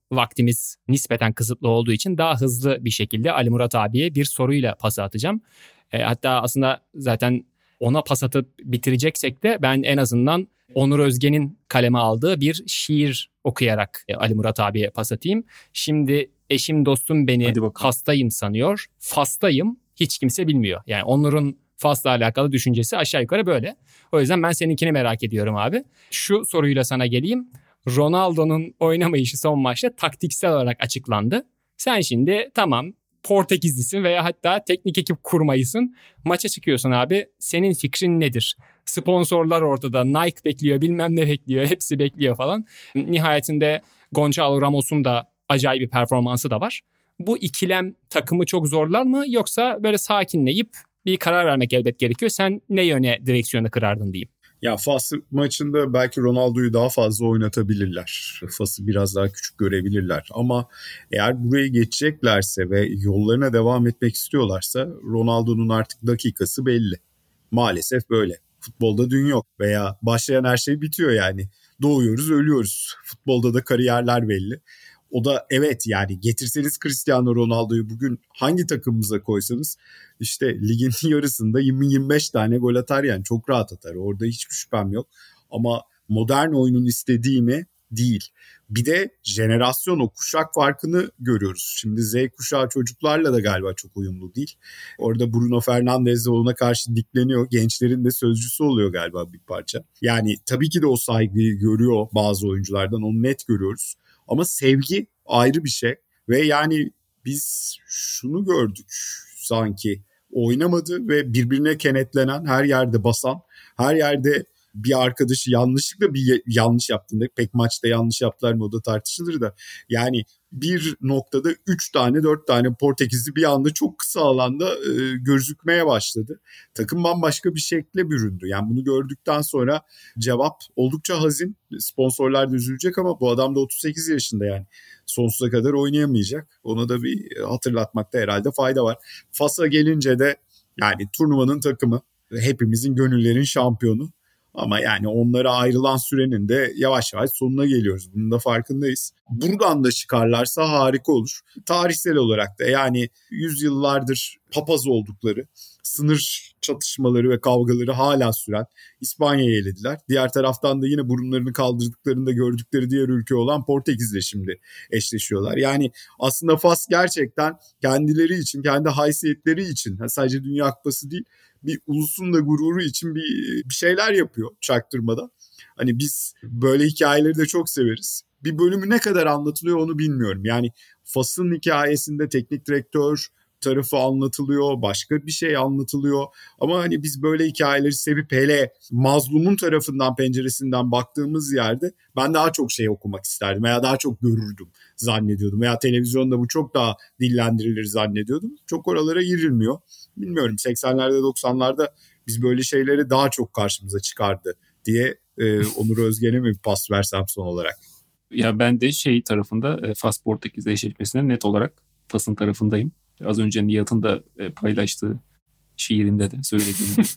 vaktimiz nispeten kısıtlı olduğu için daha hızlı bir şekilde Ali Murat abiye bir soruyla pas atacağım. E, hatta aslında zaten ona pas atıp bitireceksek de ben en azından Onur Özgen'in kaleme aldığı bir şiir okuyarak e, Ali Murat abiye pas atayım. Şimdi eşim dostum beni hastayım sanıyor. Fastayım hiç kimse bilmiyor. Yani Onur'un Fas'la alakalı düşüncesi aşağı yukarı böyle. O yüzden ben seninkini merak ediyorum abi. Şu soruyla sana geleyim. Ronaldo'nun oynamayışı son maçta taktiksel olarak açıklandı. Sen şimdi tamam Portekizlisin veya hatta teknik ekip kurmayısın. Maça çıkıyorsun abi. Senin fikrin nedir? Sponsorlar ortada. Nike bekliyor, bilmem ne bekliyor. Hepsi bekliyor falan. Nihayetinde Gonçalo Ramos'un da acayip bir performansı da var. Bu ikilem takımı çok zorlar mı? Yoksa böyle sakinleyip bir karar vermek elbet gerekiyor. Sen ne yöne direksiyonu kırardın diyeyim. Ya Fas maçında belki Ronaldo'yu daha fazla oynatabilirler. Fas'ı biraz daha küçük görebilirler. Ama eğer burayı geçeceklerse ve yollarına devam etmek istiyorlarsa Ronaldo'nun artık dakikası belli. Maalesef böyle. Futbolda dün yok veya başlayan her şey bitiyor yani. Doğuyoruz, ölüyoruz. Futbolda da kariyerler belli. O da evet yani getirseniz Cristiano Ronaldo'yu bugün hangi takımımıza koysanız işte ligin yarısında yirmi yirmi beş tane gol atar yani çok rahat atar. Orada hiçbir şüphem yok. Ama modern oyunun istediği mi? Değil. Bir de jenerasyon o kuşak farkını görüyoruz. Şimdi Z kuşağı çocuklarla da galiba çok uyumlu değil. Orada Bruno Fernandes de ona karşı dikleniyor. Gençlerin de sözcüsü oluyor galiba bir parça. Yani tabii ki de o saygıyı görüyor bazı oyunculardan. Onu net görüyoruz. Ama sevgi ayrı bir şey ve yani biz şunu gördük sanki oynamadı ve birbirine kenetlenen, her yerde basan, her yerde bir arkadaşı yanlışlıkla bir yanlış yaptığında, pek maçta yanlış yaptılar mı o da tartışılır da yani bir noktada üç tane dört tane Portekizli bir anda çok kısa alanda e, gözükmeye başladı. Takım bambaşka bir şekle büründü. Yani bunu gördükten sonra cevap oldukça hazin. Sponsorlar da üzülecek ama bu adam da otuz sekiz yaşında yani. Sonsuza kadar oynayamayacak. Ona da bir hatırlatmakta herhalde fayda var. Fas'a gelince de yani turnuvanın takımı, hepimizin gönüllerin şampiyonu. Ama yani onlara ayrılan sürenin de yavaş yavaş sonuna geliyoruz. Bunun da farkındayız. Buradan da çıkarlarsa harika olur. Tarihsel olarak da yani yüzyıllardır papaz oldukları, sınır çatışmaları ve kavgaları hala süren İspanya'yı elediler. Diğer taraftan da yine burunlarını kaldırdıklarında gördükleri diğer ülke olan Portekiz'le şimdi eşleşiyorlar. Yani aslında Fas gerçekten kendileri için, kendi haysiyetleri için, sadece Dünya Kupası değil, bir ulusun da gururu için bir, bir şeyler yapıyor çaktırmadan. Hani biz böyle hikayeleri de çok severiz. Bir bölümü ne kadar anlatılıyor onu bilmiyorum. Yani Fas'ın hikayesinde teknik direktör tarafı anlatılıyor, başka bir şey anlatılıyor. Ama hani biz böyle hikayeleri sevip hele mazlumun tarafından, penceresinden baktığımız yerde ben daha çok şey okumak isterdim veya daha çok görürdüm zannediyordum. Veya televizyonda bu çok daha dillendirilir zannediyordum. Çok oralara girilmiyor. Bilmiyorum seksenlerde doksanlarda biz böyle şeyleri daha çok karşımıza çıkardı diye e, Onur Özgen'e mi bir pas versem son olarak? Ya ben de şey tarafında Fas Portekiz eşleşmesine net olarak Fas'ın tarafındayım. Az önce Nihat'ın da paylaştığı şiirinde de söylediğim gibi.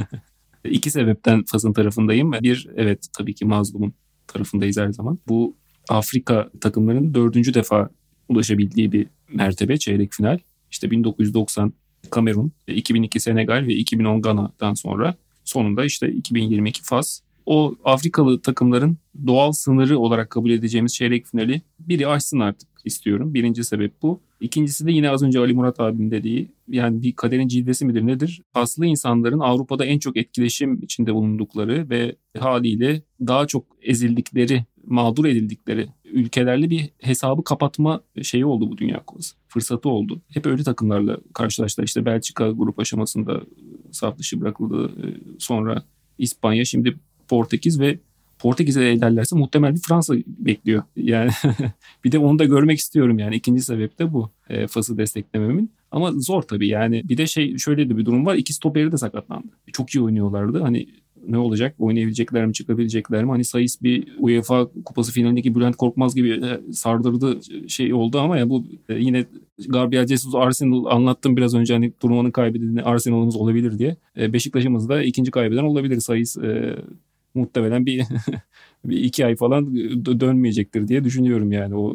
İki sebepten Fas'ın tarafındayım. Bir, evet tabii ki mazlumun tarafındayız her zaman. Bu Afrika takımlarının dördüncü defa ulaşabildiği bir mertebe, çeyrek final. İşte bin dokuz yüz doksan Kamerun, iki bin iki Senegal ve iki bin on Gana'dan sonra sonunda işte iki bin yirmi iki Fas. O Afrikalı takımların doğal sınırı olarak kabul edeceğimiz çeyrek finali biri aşsın artık istiyorum. Birinci sebep bu. İkincisi de yine az önce Ali Murat abinin dediği, yani bir kaderin cilvesi midir nedir? Faslı insanların Avrupa'da en çok etkileşim içinde bulundukları ve haliyle daha çok ezildikleri, mağdur edildikleri ülkelerle bir hesabı kapatma şeyi oldu bu Dünya Kupası. Fırsatı oldu. Hep öyle takımlarla karşılaştılar. İşte Belçika grup aşamasında saf dışı bırakıldı. Sonra İspanya, şimdi Portekiz ve Portekiz'e de ederlerse muhtemel bir Fransa bekliyor. Yani bir de onu da görmek istiyorum yani. İkinci sebep de bu. E, Fas'ı desteklememin. Ama zor tabii yani. Bir de şey, şöyle de bir durum var. İki stoperi de sakatlandı. Çok iyi oynuyorlardı. Hani ne olacak? Oynayabilecekler mi? Çıkabilecekler mi? Hani Sayıs bir UEFA Kupası finalindeki Bülent Korkmaz gibi sardırdı şey oldu ama ya bu yine Gabriel Jesus, Arsenal anlattım biraz önce, hani turnuvanın kaybedeni Arsenal'ımız olabilir diye. Beşiktaş'ımız da ikinci kaybeden olabilir. Sayıs e, muhtemelen bir, bir iki ay falan dönmeyecektir diye düşünüyorum yani. O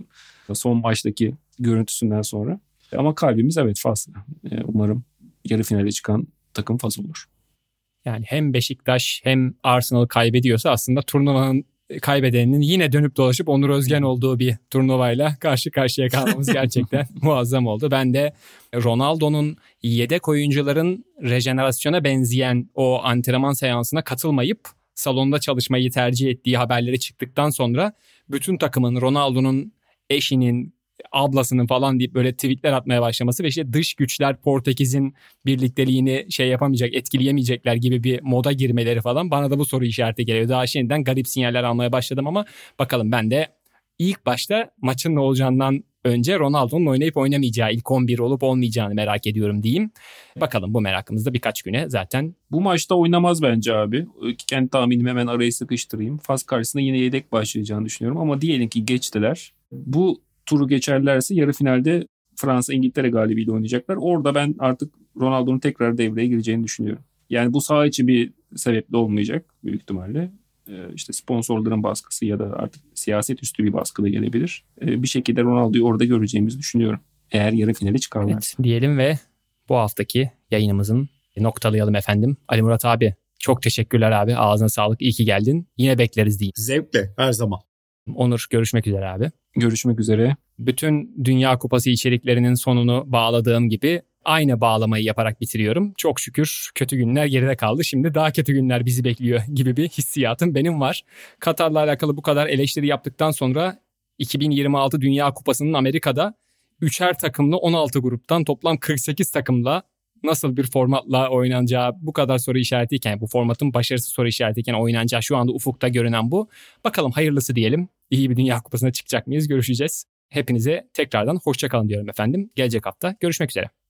son maçtaki görüntüsünden sonra. Ama kalbimiz evet Fas'ta. Umarım yarı finale çıkan takım Fas olur. Yani hem Beşiktaş hem Arsenal kaybediyorsa aslında turnuvanın kaybedeninin yine dönüp dolaşıp Onur Özgen olduğu bir turnuvayla karşı karşıya kalmamız gerçekten muazzam oldu. Ben de Ronaldo'nun yedek oyuncuların rejenerasyona benzeyen o antrenman seansına katılmayıp salonda çalışmayı tercih ettiği haberleri çıktıktan sonra bütün takımın Ronaldo'nun eşinin, ablasının falan deyip böyle tweetler atmaya başlaması ve işte dış güçler Portekiz'in birlikteliğini şey yapamayacak, etkileyemeyecekler gibi bir moda girmeleri falan bana da bu soru işareti geliyor. Daha şimdiden garip sinyaller almaya başladım ama bakalım, ben de ilk başta maçın ne olacağından önce Ronaldo'nun oynayıp oynamayacağı, ilk on bir olup olmayacağını merak ediyorum diyeyim. Bakalım, bu merakımız da birkaç güne zaten. Bu maçta oynamaz bence abi. Kendi tahminimi hemen araya sıkıştırayım. Fas karşısında yine yedek başlayacağını düşünüyorum ama diyelim ki geçtiler. Bu turu geçerlerse yarı finalde Fransa İngiltere galibiyle oynayacaklar. Orada ben artık Ronaldo'nun tekrar devreye gireceğini düşünüyorum. Yani bu saha içi bir sebeple olmayacak büyük ihtimalle. Ee, işte sponsorların baskısı ya da artık siyaset üstü bir baskı da gelebilir. Ee, bir şekilde Ronaldo'yu orada göreceğimizi düşünüyorum. Eğer yarı finale çıkarlar. Evet, diyelim ve bu haftaki yayınımızın noktalayalım efendim. Ali Murat abi, çok teşekkürler abi. Ağzına sağlık. İyi ki geldin. Yine bekleriz diyeyim. Zevkle, her zaman. Onur, görüşmek üzere abi. Görüşmek üzere. Bütün Dünya Kupası içeriklerinin sonunu bağladığım gibi aynı bağlamayı yaparak bitiriyorum. Çok şükür kötü günler geride kaldı. Şimdi daha kötü günler bizi bekliyor gibi bir hissiyatım benim var. Katar'la alakalı bu kadar eleştiri yaptıktan sonra iki bin yirmi altı Dünya Kupası'nın Amerika'da üçer takımlı on altı gruptan toplam kırk sekiz takımla nasıl bir formatla oynanacağı bu kadar soru işaretiyken, bu formatın başarısız soru işaretiyken oynanacağı şu anda ufukta görünen bu. Bakalım, hayırlısı diyelim. İyi bir Dünya Kupası'na çıkacak mıyız? Görüşeceğiz. Hepinize tekrardan hoşça kalın diyorum efendim. Gelecek hafta görüşmek üzere.